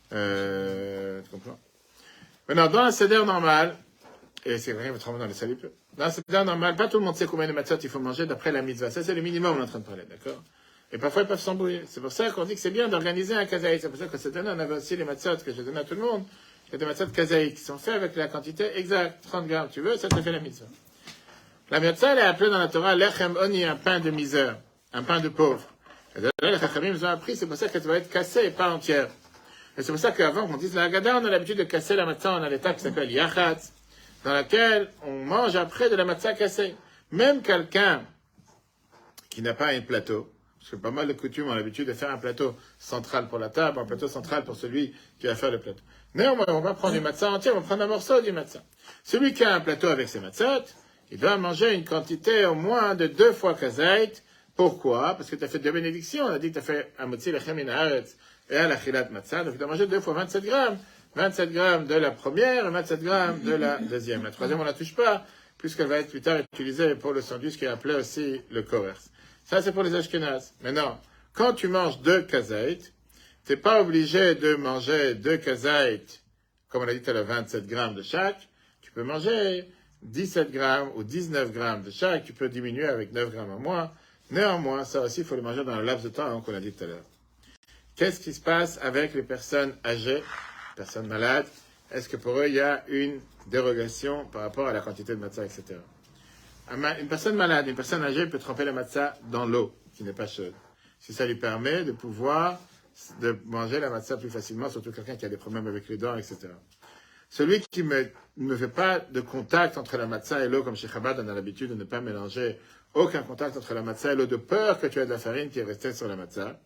Euh, tu comprends? Maintenant, dans un seder normal, et c'est vrai, votre dans les salles, dans un seder normal, pas tout le monde sait combien de matzot il faut manger d'après la mitzvah. Ça, c'est le minimum, on est en train de parler, d'accord? Et parfois, ils peuvent s'embrouiller. C'est pour ça qu'on dit que c'est bien d'organiser un kazaït. C'est pour ça que cette année, on avait aussi les matzot que j'ai donné à tout le monde. Il y a des matzot kazaït qui sont faits avec la quantité exacte, trente grammes. Tu veux, ça te fait la mitzvah. La mitzvah, elle est appelée dans la Torah, lechem oni, un pain de misère, un pain de pauvre. Et là, les chachamim ont appris, c'est pour ça qu'elle doit être cassée et pas entière. Et c'est pour ça qu'avant qu'on dise la Haggadah, on a l'habitude de casser la matzah, on a l'étape qui s'appelle yachat, dans laquelle on mange après de la matzah cassée. Même quelqu'un qui n'a pas un plateau, parce que pas mal de coutumes ont l'habitude de faire un plateau central pour la table, un plateau central pour celui qui va faire le plateau. Néanmoins, on va prendre du matzah entier, on va prendre un morceau du matzah. Celui qui a un plateau avec ses matzot, il doit manger une quantité au moins de deux fois kazaït. Pourquoi? Parce que tu as fait deux bénédictions. On a dit que tu as fait un motzi lechem min haaretz et à la chilat matzah. Donc tu dois manger deux fois vingt-sept grammes. vingt-sept grammes de la première et vingt-sept grammes de la deuxième. La troisième, on ne la touche pas, puisqu'elle va être plus tard utilisée pour le sandwich qui est appelé aussi le kowers. Ça, c'est pour les ashkénazes. Maintenant, quand tu manges deux kazaït, tu n'es pas obligé de manger deux kazaït, comme on a dit tout à l'heure, vingt-sept grammes de chaque. Tu peux manger dix-sept grammes ou dix-neuf grammes de chaque. Tu peux diminuer avec neuf grammes en moins. Néanmoins, ça aussi, il faut le manger dans le laps de temps hein, qu'on a dit tout à l'heure. Qu'est-ce qui se passe avec les personnes âgées, personnes malades? Est-ce que pour eux, il y a une dérogation par rapport à la quantité de matzah, et cetera. Une personne malade, une personne âgée peut tremper la matzah dans l'eau, qui n'est pas chaude. Si ça lui permet de pouvoir de manger la matzah plus facilement, surtout quelqu'un qui a des problèmes avec les dents, et cetera. Celui qui me, ne fait pas de contact entre la matzah et l'eau, comme chez Chabad, on a l'habitude de ne pas mélanger aucun contact entre la matzah et l'eau, de peur que tu aies de la farine qui est restée sur la matzah.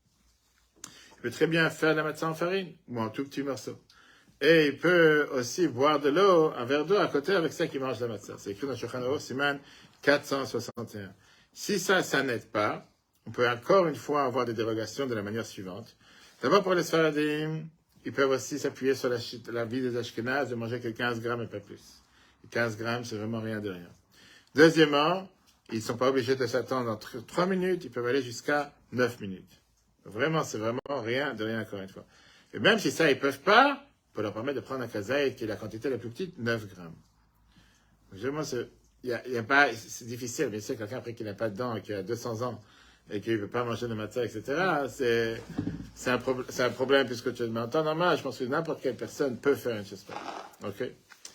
Il peut très bien faire de la matzah en farine, ou en tout petit morceau. Et il peut aussi boire de l'eau, un verre d'eau à côté avec ça qui mange la matzah. C'est écrit dans Shulchan Aruch, Siman quatre cent soixante et un. Si ça, ça n'aide pas, on peut encore une fois avoir des dérogations de la manière suivante. D'abord, pour les Sfaradim, ils peuvent aussi s'appuyer sur la, la vie des Ashkénazes de manger que quinze grammes et pas plus. Et quinze grammes, c'est vraiment rien de rien. Deuxièmement, ils ne sont pas obligés de s'attendre entre trois minutes, ils peuvent aller jusqu'à neuf minutes. Vraiment, c'est vraiment rien de rien, encore une fois. Et même si ça, ils ne peuvent pas, on peut leur permettre de prendre un kazaït qui est la quantité la plus petite, neuf grammes. Vraiment, c'est, y a, y a pas, c'est difficile, mais c'est quelqu'un après qui n'a pas de dents et qui a deux cents ans et qui ne veut pas manger de matzah, et cetera. C'est, c'est, un, pro, c'est un problème puisque tu es en temps normal. Je pense que n'importe quelle personne peut faire une chose pareille. Ok?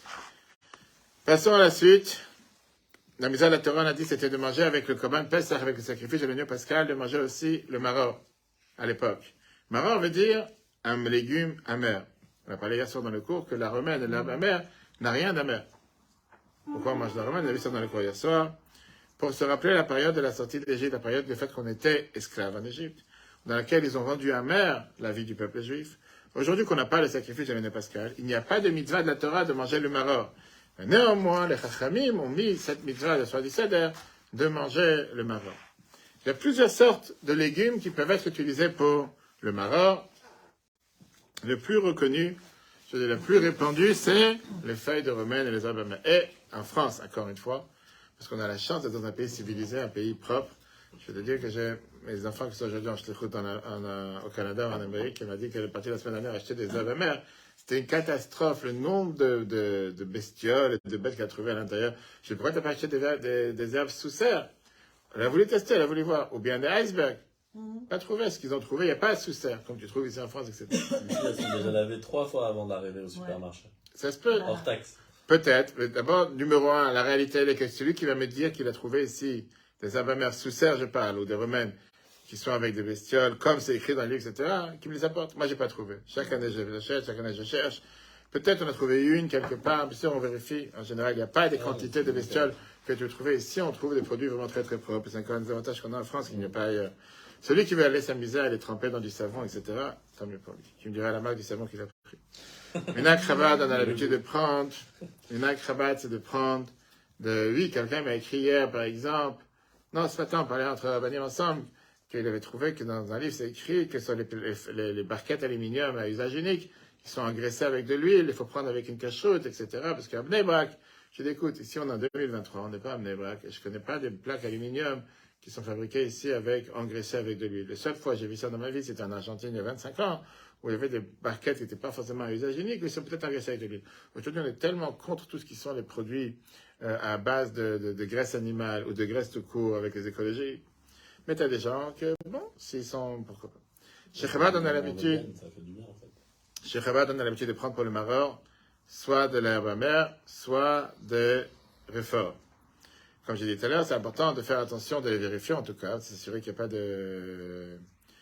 Passons à la suite. La mise à la Torah, on a dit, c'était de manger avec le Korban Pesach, avec le sacrifice de l'agneau pascal, de manger aussi le maror, à l'époque. Maror veut dire un légume amer. On a parlé hier soir dans le cours que la romaine et l'herbe amère n'a rien d'amer. Pourquoi on mange la romaine? On a vu ça dans le cours hier soir. Pour se rappeler la période de la sortie d'Égypte, la période du fait qu'on était esclaves en Égypte, dans laquelle ils ont rendu amer la vie du peuple juif. Aujourd'hui qu'on n'a pas le sacrifice de l'année pascale, il n'y a pas de mitzvah de la Torah de manger le maror. Mais néanmoins, les chachamim ont mis cette mitzvah de soir du seder de manger le maror. Il y a plusieurs sortes de légumes qui peuvent être utilisés pour le maror. Le plus reconnu, je veux dire, le plus répandu, c'est les feuilles de romaine et les herbes amères. Et en France, encore une fois, parce qu'on a la chance d'être dans un pays civilisé, un pays propre. Je veux te dire que j'ai mes enfants qui sont aujourd'hui en Shlichut en, en, en, au Canada, en Amérique, qui m'a dit qu'elle est partie la semaine dernière acheter des herbes amères. C'était une catastrophe, le nombre de, de, de bestioles et de bêtes qu'elle a trouvées à l'intérieur. Je dis, pourquoi tu n'as pas acheté des, des, des herbes sous serre? Elle a voulu tester, elle a voulu voir. Ou bien des icebergs. Mm-hmm. Pas trouvé. Ce qu'ils ont trouvé, il n'y a pas sous serre, comme tu trouves ici en France, et cetera. Ici, elles sont déjà lavées trois fois avant d'arriver au supermarché. Ouais. Ça se peut. Hors taxe. Peut-être. Mais d'abord, numéro un, la réalité, elle est que celui qui va me dire qu'il a trouvé ici des herbes amères sous serre, je parle, ou des romaines, qui sont avec des bestioles, comme c'est écrit dans le livre, et cetera, qui me les apportent. Moi, j'ai pas trouvé. Chaque année, je les achète, chaque année, je cherche. Peut-être on a trouvé une quelque part, bien sûr, on vérifie. En général, il n'y a pas des quantités de bestioles que tu trouves. Ici, on trouve des produits vraiment très très propres. C'est encore un des avantages qu'on a en France qu'il n'y a pas ailleurs. Celui qui veut aller s'amuser à aller tremper dans du savon, et cetera, tant mieux pour lui. Tu me diras la marque du savon qu'il a pris. Une akrabat, on a l'habitude de prendre. Une akrabat, c'est de prendre de... Oui, quelqu'un m'a écrit hier, par exemple. Non, ce matin, on parlait entre rabbins ensemble, qu'il avait trouvé que dans un livre, c'est écrit que sur les, les, les barquettes aluminium à usage unique, qui sont engraissés avec de l'huile, il faut prendre avec une cache-route, et cetera. Parce qu'à Bnei Brak, je dis, écoute, ici on est en deux mille vingt-trois, on n'est pas à Bnei Brak, et je ne connais pas des plaques aluminium qui sont fabriquées ici avec, engraissées avec de l'huile. La seule fois que j'ai vu ça dans ma vie, c'était en Argentine il y a vingt-cinq ans, où il y avait des barquettes qui n'étaient pas forcément à usage unique, mais qui sont peut-être engraissées avec de l'huile. Aujourd'hui, on est tellement contre tout ce qui sont les produits euh, à base de, de, de graisse animale ou de graisse tout court avec les écologies. Mais tu as des gens que, bon, s'ils sont, pourquoi pas. Chez Chabad, on a l'habitude, Ça fait du bien, en fait. chez Chabad, on a l'habitude de prendre pour le maror soit de l'herbe amère, soit de réfort. Comme j'ai dit tout à l'heure, c'est important de faire attention, de les vérifier en tout cas, de s'assurer qu'il n'y a pas de,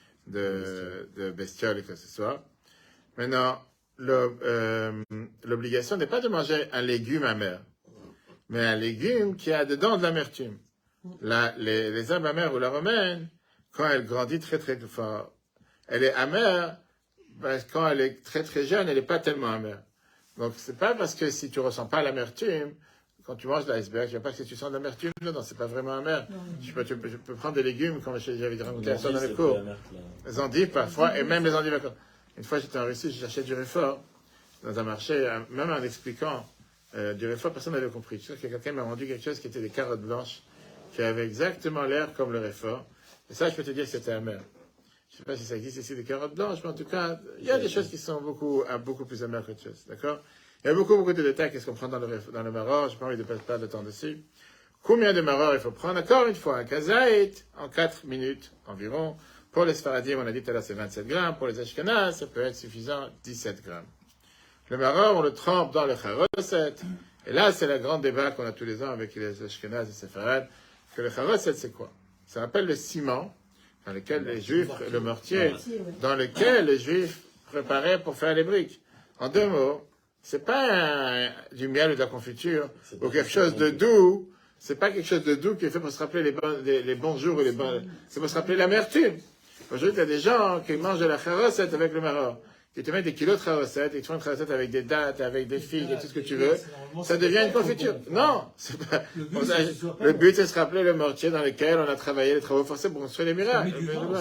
de, de bestioles et que ce soit. Maintenant, le, euh, l'obligation n'est pas de manger un légume amer, mais un légume qui a dedans de l'amertume. La, les, les herbes amères ou la romaine, quand elle grandit très très fort, elle est amère, parce que quand elle est très très jeune, elle n'est pas tellement amère. Donc, c'est pas parce que si tu ressens pas l'amertume, quand tu manges de l'iceberg, je ne veux pas que tu sens de l'amertume, non, c'est pas vraiment amer. Je peux, tu peux, je peux prendre des légumes, comme j'avais raconté ça dans les cours. Les endives, parfois, et même les endives. Une fois, j'étais en Russie, j'ai acheté du réfort dans un marché, même en expliquant euh, du réfort, personne n'avait compris. Je sais que quelqu'un m'a vendu quelque chose qui était des carottes blanches, qui avait exactement l'air comme le réfort. Et ça, je peux te dire que c'était amer. Je ne sais pas si ça existe ici des carottes blanches, mais en tout cas, il y a des choses qui sont beaucoup, beaucoup plus amères qu'autre chose. D'accord? Il y a beaucoup, beaucoup de détails qu'est-ce qu'on prend dans le, dans le maror. Je n'ai pas envie de perdre de temps dessus. Combien de maror il faut prendre? Encore une fois, un kazaït, en quatre minutes environ. Pour les sfaradim, on a dit tout à l'heure, c'est vingt-sept grammes. Pour les ashkenaz, ça peut être suffisant, dix-sept grammes. Le maror, on le trempe dans le charoset. Et là, c'est le grand débat qu'on a tous les ans avec les ashkenaz et les séfarades. Que le charoset, c'est quoi? Ça s'appelle le ciment, dans lequel les juifs, le mortier, dans lequel les juifs préparaient pour faire les briques. En deux mots, c'est pas un, du miel ou de la confiture, ou quelque chose de doux. C'est pas quelque chose de doux qui est fait pour se rappeler les, bon, les, les bons jours ou les bons... C'est pour se rappeler l'amertume. Aujourd'hui, tu as des gens qui mangent de la charoset avec le maror, qui te mettent des kilos de charoset, et qui te font une charoset avec des dattes, avec des figues, et tout ce que tu veux. Ça devient une confiture. Non, c'est pas... Le but, c'est, le but, c'est de se rappeler le mortier dans lequel on a travaillé les travaux forcés pour construire les miracles.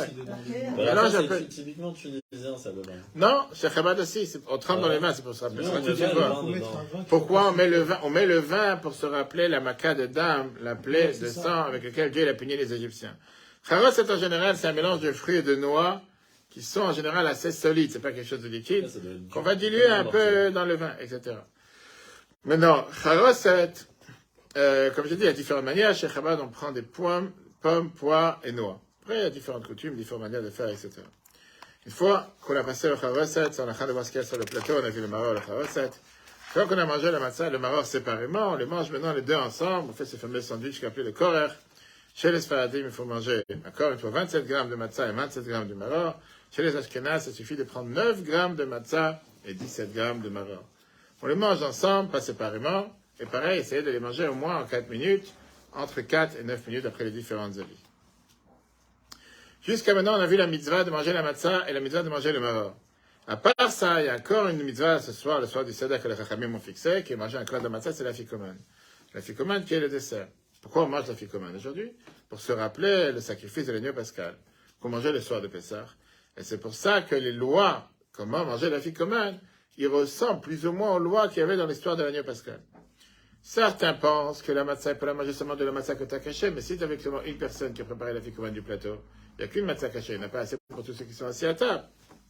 Voilà, c'est peu... typiquement tunisien, ça, le vin. Non, chez Chabad aussi, c'est... on trempe ah, dans les mains, c'est pour se rappeler. Pourquoi on met le vin? On met le vin pour se rappeler la maca de dame, la plaie de sang avec laquelle Dieu a puni les Égyptiens. Charos, c'est en général, c'est un mélange de fruits et de noix qui sont en général assez solides, c'est pas quelque chose de liquide, qu'on va diluer un peu dans le vin, et cetera. Maintenant, charoset, euh, comme je dis, il y a différentes manières. Chez Chabad, on prend des pommes, pommes, pois et noix. Après, il y a différentes coutumes, différentes manières de faire, et cetera. Une fois qu'on a passé le charoset, on a train de voir ce qu'il y a sur le plateau, on a vu le maror, le charoset. Une fois qu'on a mangé le matzah et le maror séparément, on les mange maintenant les deux ensemble, on fait ce fameux sandwich qu'on appelle le korer. Chez les sfaradim, il faut manger, encore une fois, vingt-sept grammes de matzah et vingt-sept grammes de maror. Chez les ashkenaz, il suffit de prendre neuf grammes de matzah et dix-sept grammes de maror. On les mange ensemble, pas séparément, et pareil, essayez de les manger au moins en quatre minutes, entre quatre et neuf minutes après les différentes avis. Jusqu'à maintenant, on a vu la mitzvah de manger la matzah et la mitzvah de manger le maror. À part ça, il y a encore une mitzvah ce soir, le soir du Seder que les Chachamim ont fixé, qui est manger un clot de matzah, c'est la ficomane. La ficomane qui est le dessert. Pourquoi on mange la ficomane aujourd'hui? Pour se rappeler le sacrifice de l'agneau pascal, qu'on mangeait le soir de Pessah. Et c'est pour ça que les lois, comment manger la ficomane, ils ressemblent plus ou moins aux lois qu'il y avait dans l'histoire de l'agneau pascal. Certains pensent que la matzah, il peut la manger seulement de la matzah que tu as cachée, mais si tu as avec seulement une personne qui a préparé la ficomane du plateau, il n'y a qu'une matzah cachée, il n'y en a pas assez pour tous ceux qui sont assis à table.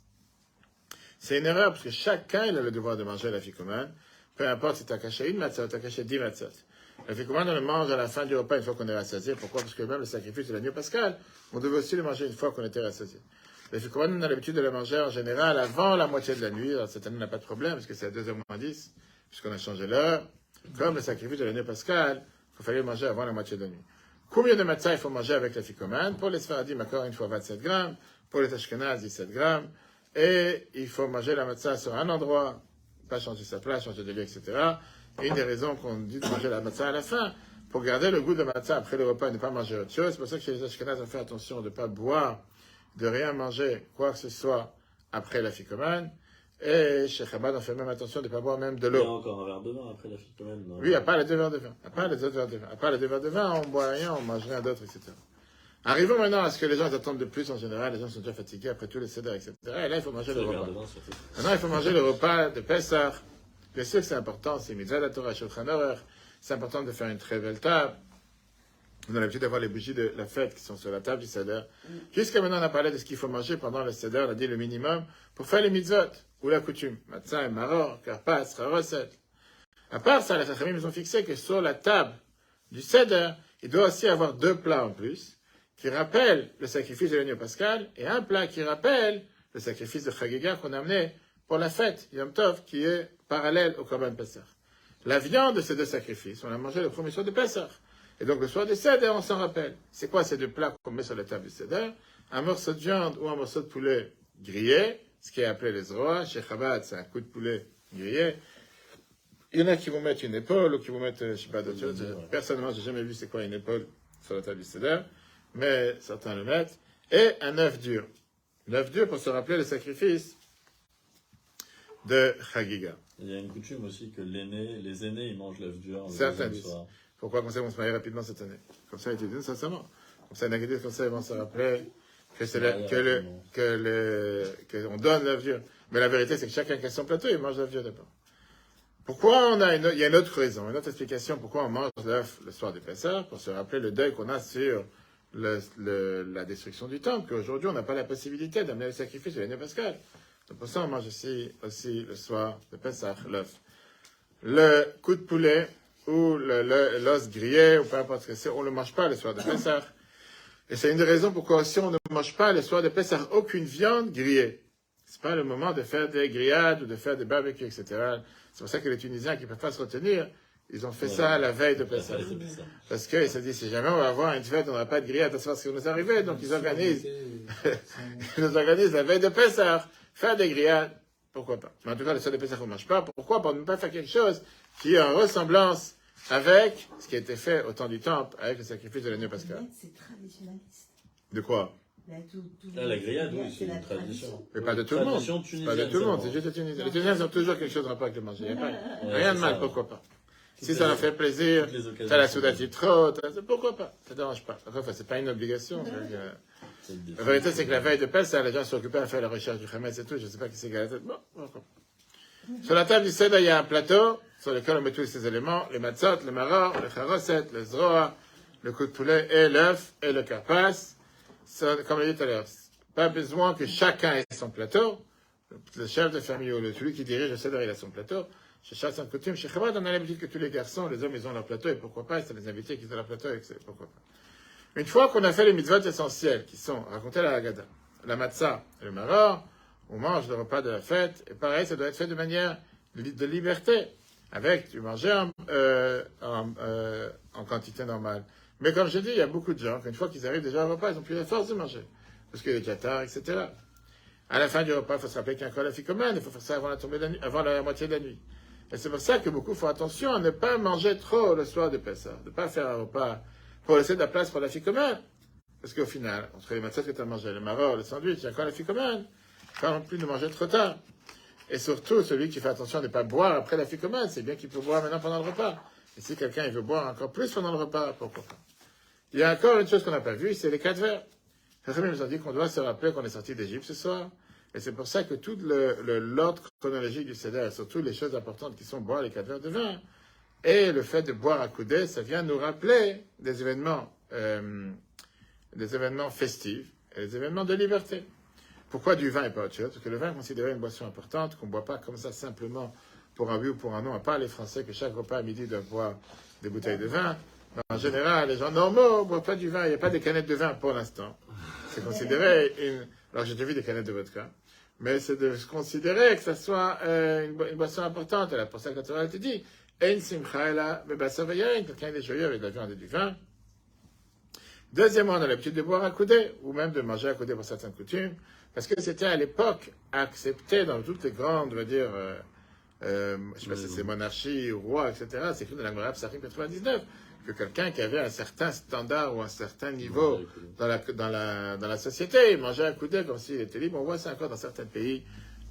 C'est une erreur, parce que chacun il a le devoir de manger la ficomane, peu importe si tu as caché une matzah ou tu as caché dix matzahs. La ficomane, on le mange à la fin du repas une fois qu'on est rassasié. Pourquoi? Parce que même le sacrifice de l'agneau pascal, on devait aussi le manger une fois qu'on était rassasié. La ficomane, on a l'habitude de la manger en général avant la moitié de la nuit. Alors cette année, on n'a pas de problème, parce que c'est à deux heures moins dix, puisqu'on a changé l'heure. Comme le sacrifice de l'agneau pascal, il fallait le manger avant la moitié de la nuit. Combien de matzah il faut manger avec la ficomane? Pour les sfaradim, encore une fois vingt-sept grammes. Pour les ashkenaz, dix-sept grammes. Et il faut manger la matzah sur un endroit, pas changer sa place, changer de lieu, et cetera. Et une des raisons qu'on dit de manger la matzah à la fin, pour garder le goût de matzah après le repas et ne pas manger autre chose. C'est pour ça que chez les ashkenaz, on fait attention de ne pas boire, de rien manger, quoi que ce soit, après la ficomane. Et chez Chabad, on fait même attention de ne pas boire même de l'eau. Il y a encore un verre de vin après la ficomane, non? Oui, à part les deux verres de vin. À part les deux verres de vin. À part les deux verres de vin, on ne boit rien, on mange rien d'autre, et cetera. Arrivons maintenant à ce que les gens attendent de plus en général. Les gens sont déjà fatigués après tous les céders, et cetera. Et là, il faut manger le repas. Vin, maintenant, il faut manger le repas de Pessah. Bien sûr que c'est important, c'est mitzvah de la Torah, Shulchan Aruch. C'est important de faire une très belle table. On a l'habitude d'avoir les bougies de la fête qui sont sur la table du Seder. Jusqu'à maintenant, on a parlé de ce qu'il faut manger pendant le Seder, on a dit le minimum, pour faire les mitzvot, ou la coutume. Matzah et maror, karpas, recette. À part ça, les Chachamim ils ont fixé que sur la table du Seder, il doit aussi avoir deux plats en plus, qui rappellent le sacrifice de l'agneau pascal, et un plat qui rappelle le sacrifice de Chagiga qu'on a amené pour la fête, Yom Tov, qui est parallèle au Korban Pessah. La viande de ces deux sacrifices, on l'a mangé le premier soir de Pessah. Et donc le soir du Seder, on s'en rappelle. C'est quoi ces deux plats qu'on met sur la table du Seder? Un morceau de viande ou un morceau de poulet grillé, ce qui est appelé les zroa. Chez Chabad, c'est un coup de poulet grillé. Il y en a qui vont mettre une épaule ou qui vont mettre, je ne sais pas, d'autres choses. Personnellement, je n'ai jamais vu c'est quoi une épaule sur la table du Seder, mais certains le mettent. Et un œuf dur. L'œuf dur pour se rappeler le sacrifice de Chagiga. Il y a une coutume aussi que l'aîné, les aînés, ils mangent l'œuf dur. le Certains deuxième disent. soir. Pourquoi qu'on sait qu'on se marie rapidement cette année? Comme ça, ils disent sincèrement. Comme ça, il y comme ça, ils vont se rappeler que c'est le, que le, que le, que on donne l'œuf dur. Mais la vérité, c'est que chacun qui a son plateau, il mange l'œuf dur d'abord. Pourquoi on a une, il y a une autre raison, une autre explication pourquoi on mange l'œuf le soir du Pessah, pour se rappeler le deuil qu'on a sur le, le, la destruction du temple, qu'aujourd'hui, on n'a pas la possibilité d'amener le sacrifice de l'année pascale. Donc pour ça, on mange aussi, aussi le soir de Pessah, l'œuf. Le coup de poulet, ou le, le, l'os grillé, ou peu importe ce que c'est, on ne le mange pas le soir de Pessah. Et c'est une des raisons pourquoi aussi on ne mange pas le soir de Pessah aucune viande grillée. C'est pas le moment de faire des grillades ou de faire des barbecues, et cetera. C'est pour ça que les Tunisiens qui ne peuvent pas se retenir, ils ont fait ouais, ça la veille de Pessah. Parce qu'ils se disent, si jamais on va avoir une fête, on n'aura pas de grillade à savoir ce qui va nous arriver, donc ils organisent, ils nous organisent la veille de Pessah, faire des grillades. Pourquoi pas? Mais en tout cas, le soir de Pessah, on ne mange pas. Pourquoi? Pour ne pas faire quelque chose qui est en ressemblance avec ce qui a été fait au temps du temple, avec le sacrifice de l'agneau pascal. C'est traditionnaliste. De quoi? Là, tout, tout ah, la grillade, oui, c'est une tradition. tradition. Mais pas de tout le monde. Pas de tout le monde, c'est juste les Tunisiens. Les Tunisiens ont toujours quelque chose en rapport avec le manger. Il n'y a pas ouais, rien de mal, ça, pourquoi pas? Si ça leur fait plaisir, ça la soudati trop, pourquoi pas? Ça ne dérange pas. Enfin, c'est pas une obligation. La vérité, c'est que la veille de Pessah, les gens sont occupés à faire la recherche du Khametz et tout. Je ne sais pas qui c'est qui a la tête. Bon, pourquoi pas. Sur la table du Seder, il y a un plateau sur lequel on met tous ces éléments, les matzot, le maror, le charoset, le zroa, le coup de poulet et l'œuf et le karpas. Comme je l'ai dit tout à l'heure, pas besoin que chacun ait son plateau. Le chef de famille ou celui qui dirige le Seder, il a son plateau. Chez Chassan Coutume, chez Chabad, on a l'habitude que tous les garçons, les hommes, ils ont leur plateau, et pourquoi pas, c'est les invités qui ont leur plateau, et pourquoi pas. Une fois qu'on a fait les mitzvot essentiels, qui sont racontés la Haggadah, la matzah et le maror, on mange le repas de la fête, et pareil, ça doit être fait de manière de liberté, avec du manger en, euh, en, euh, en quantité normale. Mais comme je dis, il y a beaucoup de gens, qu'une fois qu'ils arrivent déjà au repas, ils n'ont plus la force de manger, parce qu'il y a des cathares, et cetera. À la fin du repas, il faut se rappeler qu'il y a encore la ficomane, il faut faire ça avant la, tombée de la nuit, avant la moitié de la nuit. Et c'est pour ça que beaucoup font attention à ne pas manger trop le soir de Pessah, de ne pas faire un repas pour laisser de la place pour la ficomane. Parce qu'au final, entre les matzahs que tu as mangé, le maror, le sandwich, il y a encore la ficomane. Pas non plus de manger trop tard. Et surtout, celui qui fait attention à ne pas boire après la ficomane, c'est bien qu'il peut boire maintenant pendant le repas. Et si quelqu'un il veut boire encore plus pendant le repas, pourquoi pas? Il y a encore une chose qu'on n'a pas vue, c'est les quatre verres. Les nous ont dit qu'on doit se rappeler qu'on est sorti d'Égypte ce soir. Et c'est pour ça que tout le, le, l'ordre chronologique du Seder, et surtout les choses importantes qui sont boire les quatre verres de vin, et le fait de boire à coudée, ça vient nous rappeler des événements, euh, des événements festifs, et des événements de liberté. Pourquoi du vin et pas autre chose? Parce que le vin est considéré une boisson importante, qu'on ne boit pas comme ça simplement pour un oui ou pour un non, à part les Français que chaque repas à midi doivent boire des bouteilles de vin. En général, les gens normaux ne boivent pas du vin, il n'y a pas des canettes de vin pour l'instant. C'est considéré une... Alors j'ai déjà vu des canettes de vodka, mais c'est de se considérer que ça soit euh, une, bo- une boisson importante. Et là, pour ça que la Torah te dit, Ein simcha ela bebasar veyayin, quelqu'un est joyeux avec de la viande et du vin. Deuxièmement, on a l'habitude de boire à coudée, ou même de manger à coudée pour certaines coutumes, parce que c'était à l'époque accepté dans toutes les grandes, on va dire, euh, euh, je ne sais pas si c'est monarchie, roi, et cetera. C'est écrit dans la Gemara Psachim quatre-vingt-dix-neuf, que quelqu'un qui avait un certain standard ou un certain niveau dans la, dans la, dans la société, il mangeait à coudée comme s'il était libre. On voit ça encore dans certains pays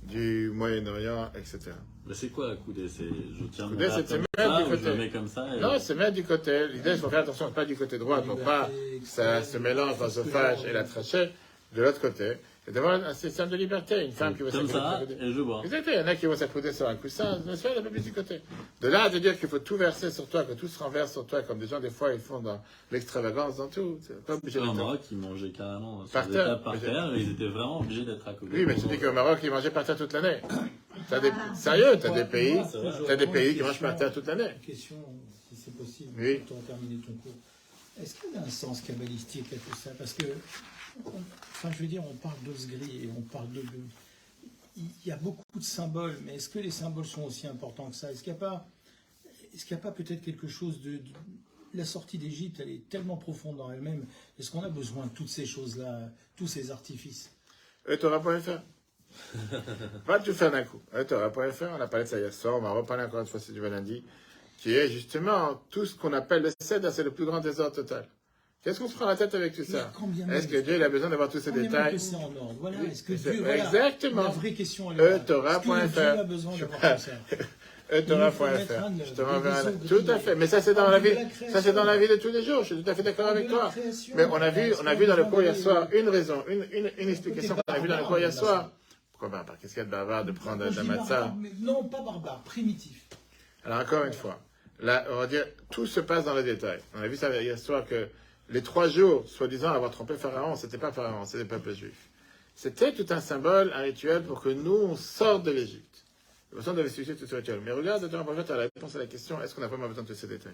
du Moyen-Orient, et cetera. Mais c'est quoi à coudée? C'est je tiens coudée, mon c'est se comme mettre ça, du ou côté. je le mets comme ça et... Non, se mettre du côté. L'idée, il faut faire attention, pas du côté droit, pour pas que ça se mélange dans l'œsophage et la trachée, de l'autre côté. C'est d'avoir un système de liberté. Une femme qui veut Comme ça, s'accouder. et je bois. Exactement. Il y en a qui vont s'accouder sur un coussin. La sphère, elle est un peu plus du côté. De là à te dire qu'il faut tout verser sur toi, que tout se renverse sur toi, comme des gens, des fois, ils font dans l'extravagance, dans tout. C'est pas obligé Au de Maroc, ils mangeaient carrément sur Par des terre. tables par terre, et ils étaient vraiment obligés d'être à côté. Oui, mais tu dis qu'au Maroc, ils mangeaient par terre toute l'année. T'as des... Sérieux, t'as des pays, t'as des pays qui mangent par terre toute l'année. Une question, si c'est possible, Oui. pour terminer ton cours. Est-ce qu'il y a un sens kabbalistique à tout ça? Parce que, enfin, je veux dire, on parle d'Osgri et on parle de... Il y a beaucoup de symboles, mais est-ce que les symboles sont aussi importants que ça? Est-ce qu'il n'y a pas, est-ce qu'il n'y a pas peut-être quelque chose de... de... La sortie d'Égypte, elle est tellement profonde dans elle-même. Est-ce qu'on a besoin de toutes ces choses-là, tous ces artifices? Etora point F R. Pas tout faire d'un coup. Etora point F R, on a parlé de ça hier soir, on va reparler encore une fois, c'est du lundi, qui est justement tout ce qu'on appelle le Seder, c'est le plus grand désordre total. Qu'est-ce qu'on se prend la tête avec tout ça? Est-ce que Dieu il a besoin d'avoir tous ces détails? C'est en ordre. Voilà. Oui, Est-ce que c'est- Dieu, voilà, exactement. la vraie question, elle est là. Etora point Est-ce que Dieu F R. a besoin d'avoir tout ça? Etora point F R. Je te renverrai un- Tout à fait. Mais ça, c'est dans la vie, ça, c'est dans la vie de tous les jours. Je suis tout à fait d'accord avec toi. Mais on a vu, on a vu dans le cours hier soir une raison, une, une, une explication qu'on a vu dans le cours hier soir. Pourquoi barbare? Qu'est-ce qu'il y a de barbare de prendre de la matzah? Non, pas barbare, primitif. Alors encore une fois, là, on va dire, tout se passe dans les détails. On a vu ça hier soir que les trois jours, soi-disant avoir trompé Pharaon, c'était pas Pharaon, c'était le peuple juif. C'était tout un symbole, un rituel pour que nous, on sorte de l'Égypte. De toute façon, on devait suivre tout ce rituel. Mais regarde, tu as la réponse à la question, est-ce qu'on a vraiment besoin de tous ces détails?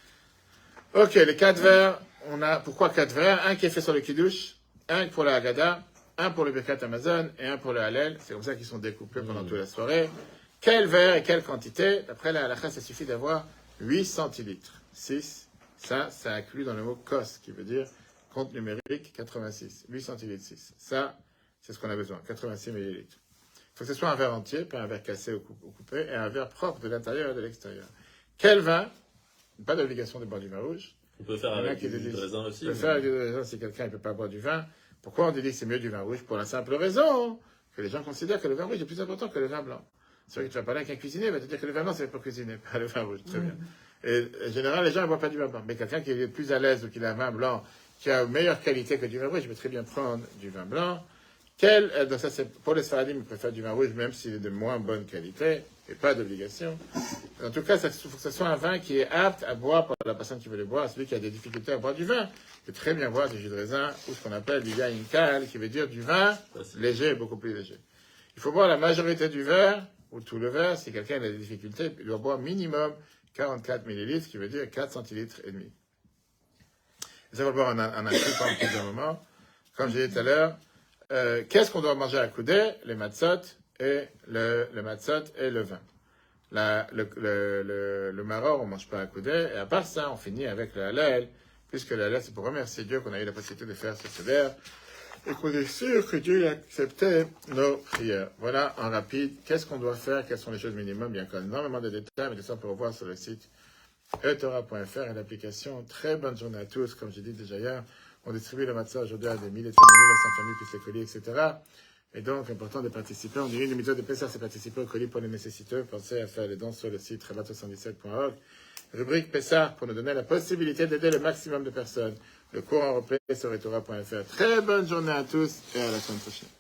Ok, les quatre vers, on a, pourquoi quatre vers? Un qui est fait sur le Kiddush, un pour la Haggadah, un pour le Birkat Amazon et un pour le Hallel. C'est comme ça qu'ils sont découpés pendant toute la soirée. Quel verre et quelle quantité? D'après la halakha, ça suffit d'avoir huit centilitres. six, ça, ça inclut dans le mot kos, qui veut dire compte numérique quatre-vingt-six. huit centilitres, six. Ça, c'est ce qu'on a besoin, quatre-vingt-six millilitres. Il faut que ce soit un verre entier, pas un verre cassé ou coupé, et un verre propre de l'intérieur et de l'extérieur. Quel vin? Pas d'obligation de boire du vin rouge. On peut faire Il y en a avec qui du disent- raisin On aussi. peut mais- faire avec du raisin si quelqu'un ne peut pas boire du vin. Pourquoi on dit que c'est mieux du vin rouge? Pour la simple raison que les gens considèrent que le vin rouge est plus important que le vin blanc. C'est vrai que tu vas parler avec un cuisinier, il va te dire que le vin blanc, c'est pour cuisiner, pas le vin rouge. Très bien. Et en général, les gens ne boivent pas du vin blanc. Mais quelqu'un qui est plus à l'aise ou qui a un vin blanc qui a une meilleure qualité que du vin rouge, je peux très bien prendre du vin blanc. Quel, euh, donc ça, c'est, pour les Sfaradim, ils préfèrent du vin rouge, même s'il est de moins bonne qualité, et pas d'obligation. En tout cas, il faut que ce soit un vin qui est apte à boire par la personne qui veut le boire, celui qui a des difficultés à boire du vin. Il peut très bien boire du jus de raisin, ou ce qu'on appelle du yain kal, qui veut dire du vin Facile. léger, beaucoup plus léger. Il faut boire la majorité du verre, ou tout le verre, si quelqu'un a des difficultés, il doit boire minimum quarante-quatre millilitres, qui veut dire quatre centilitres et demi. Et ça va le boire en un, en un coup pendant plusieurs moments. Comme j'ai dit tout à l'heure, euh, qu'est-ce qu'on doit manger à coudée? Les matzot et le, le matzot et le vin. La, le, le, le, le maror, on ne mange pas à coudée. Et à part ça, on finit avec le halal, puisque le halal, c'est pour remercier Dieu qu'on a eu la possibilité de faire ce seder et qu'on est sûr que Dieu a accepté nos prières. Voilà, en rapide, qu'est-ce qu'on doit faire? Quelles sont les choses minimum? Il y a encore énormément de détails, mais tout ça, on peut revoir sur le site etora point F R et l'application. Très bonne journée à tous. Comme j'ai dit déjà hier, on distribue le matzah aujourd'hui à des milliers de familles, à cent familles, plus les colis, et cetera. Et donc, important de participer. On dirait une émission de P S A, c'est participer au colis pour les nécessiteux. Pensez à faire les dons sur le site rabat soixante-dix-sept point org. Rubrique P S A pour nous donner la possibilité d'aider le maximum de personnes. Le cours européen sur etora point F R. Très bonne journée à tous et à la semaine prochaine.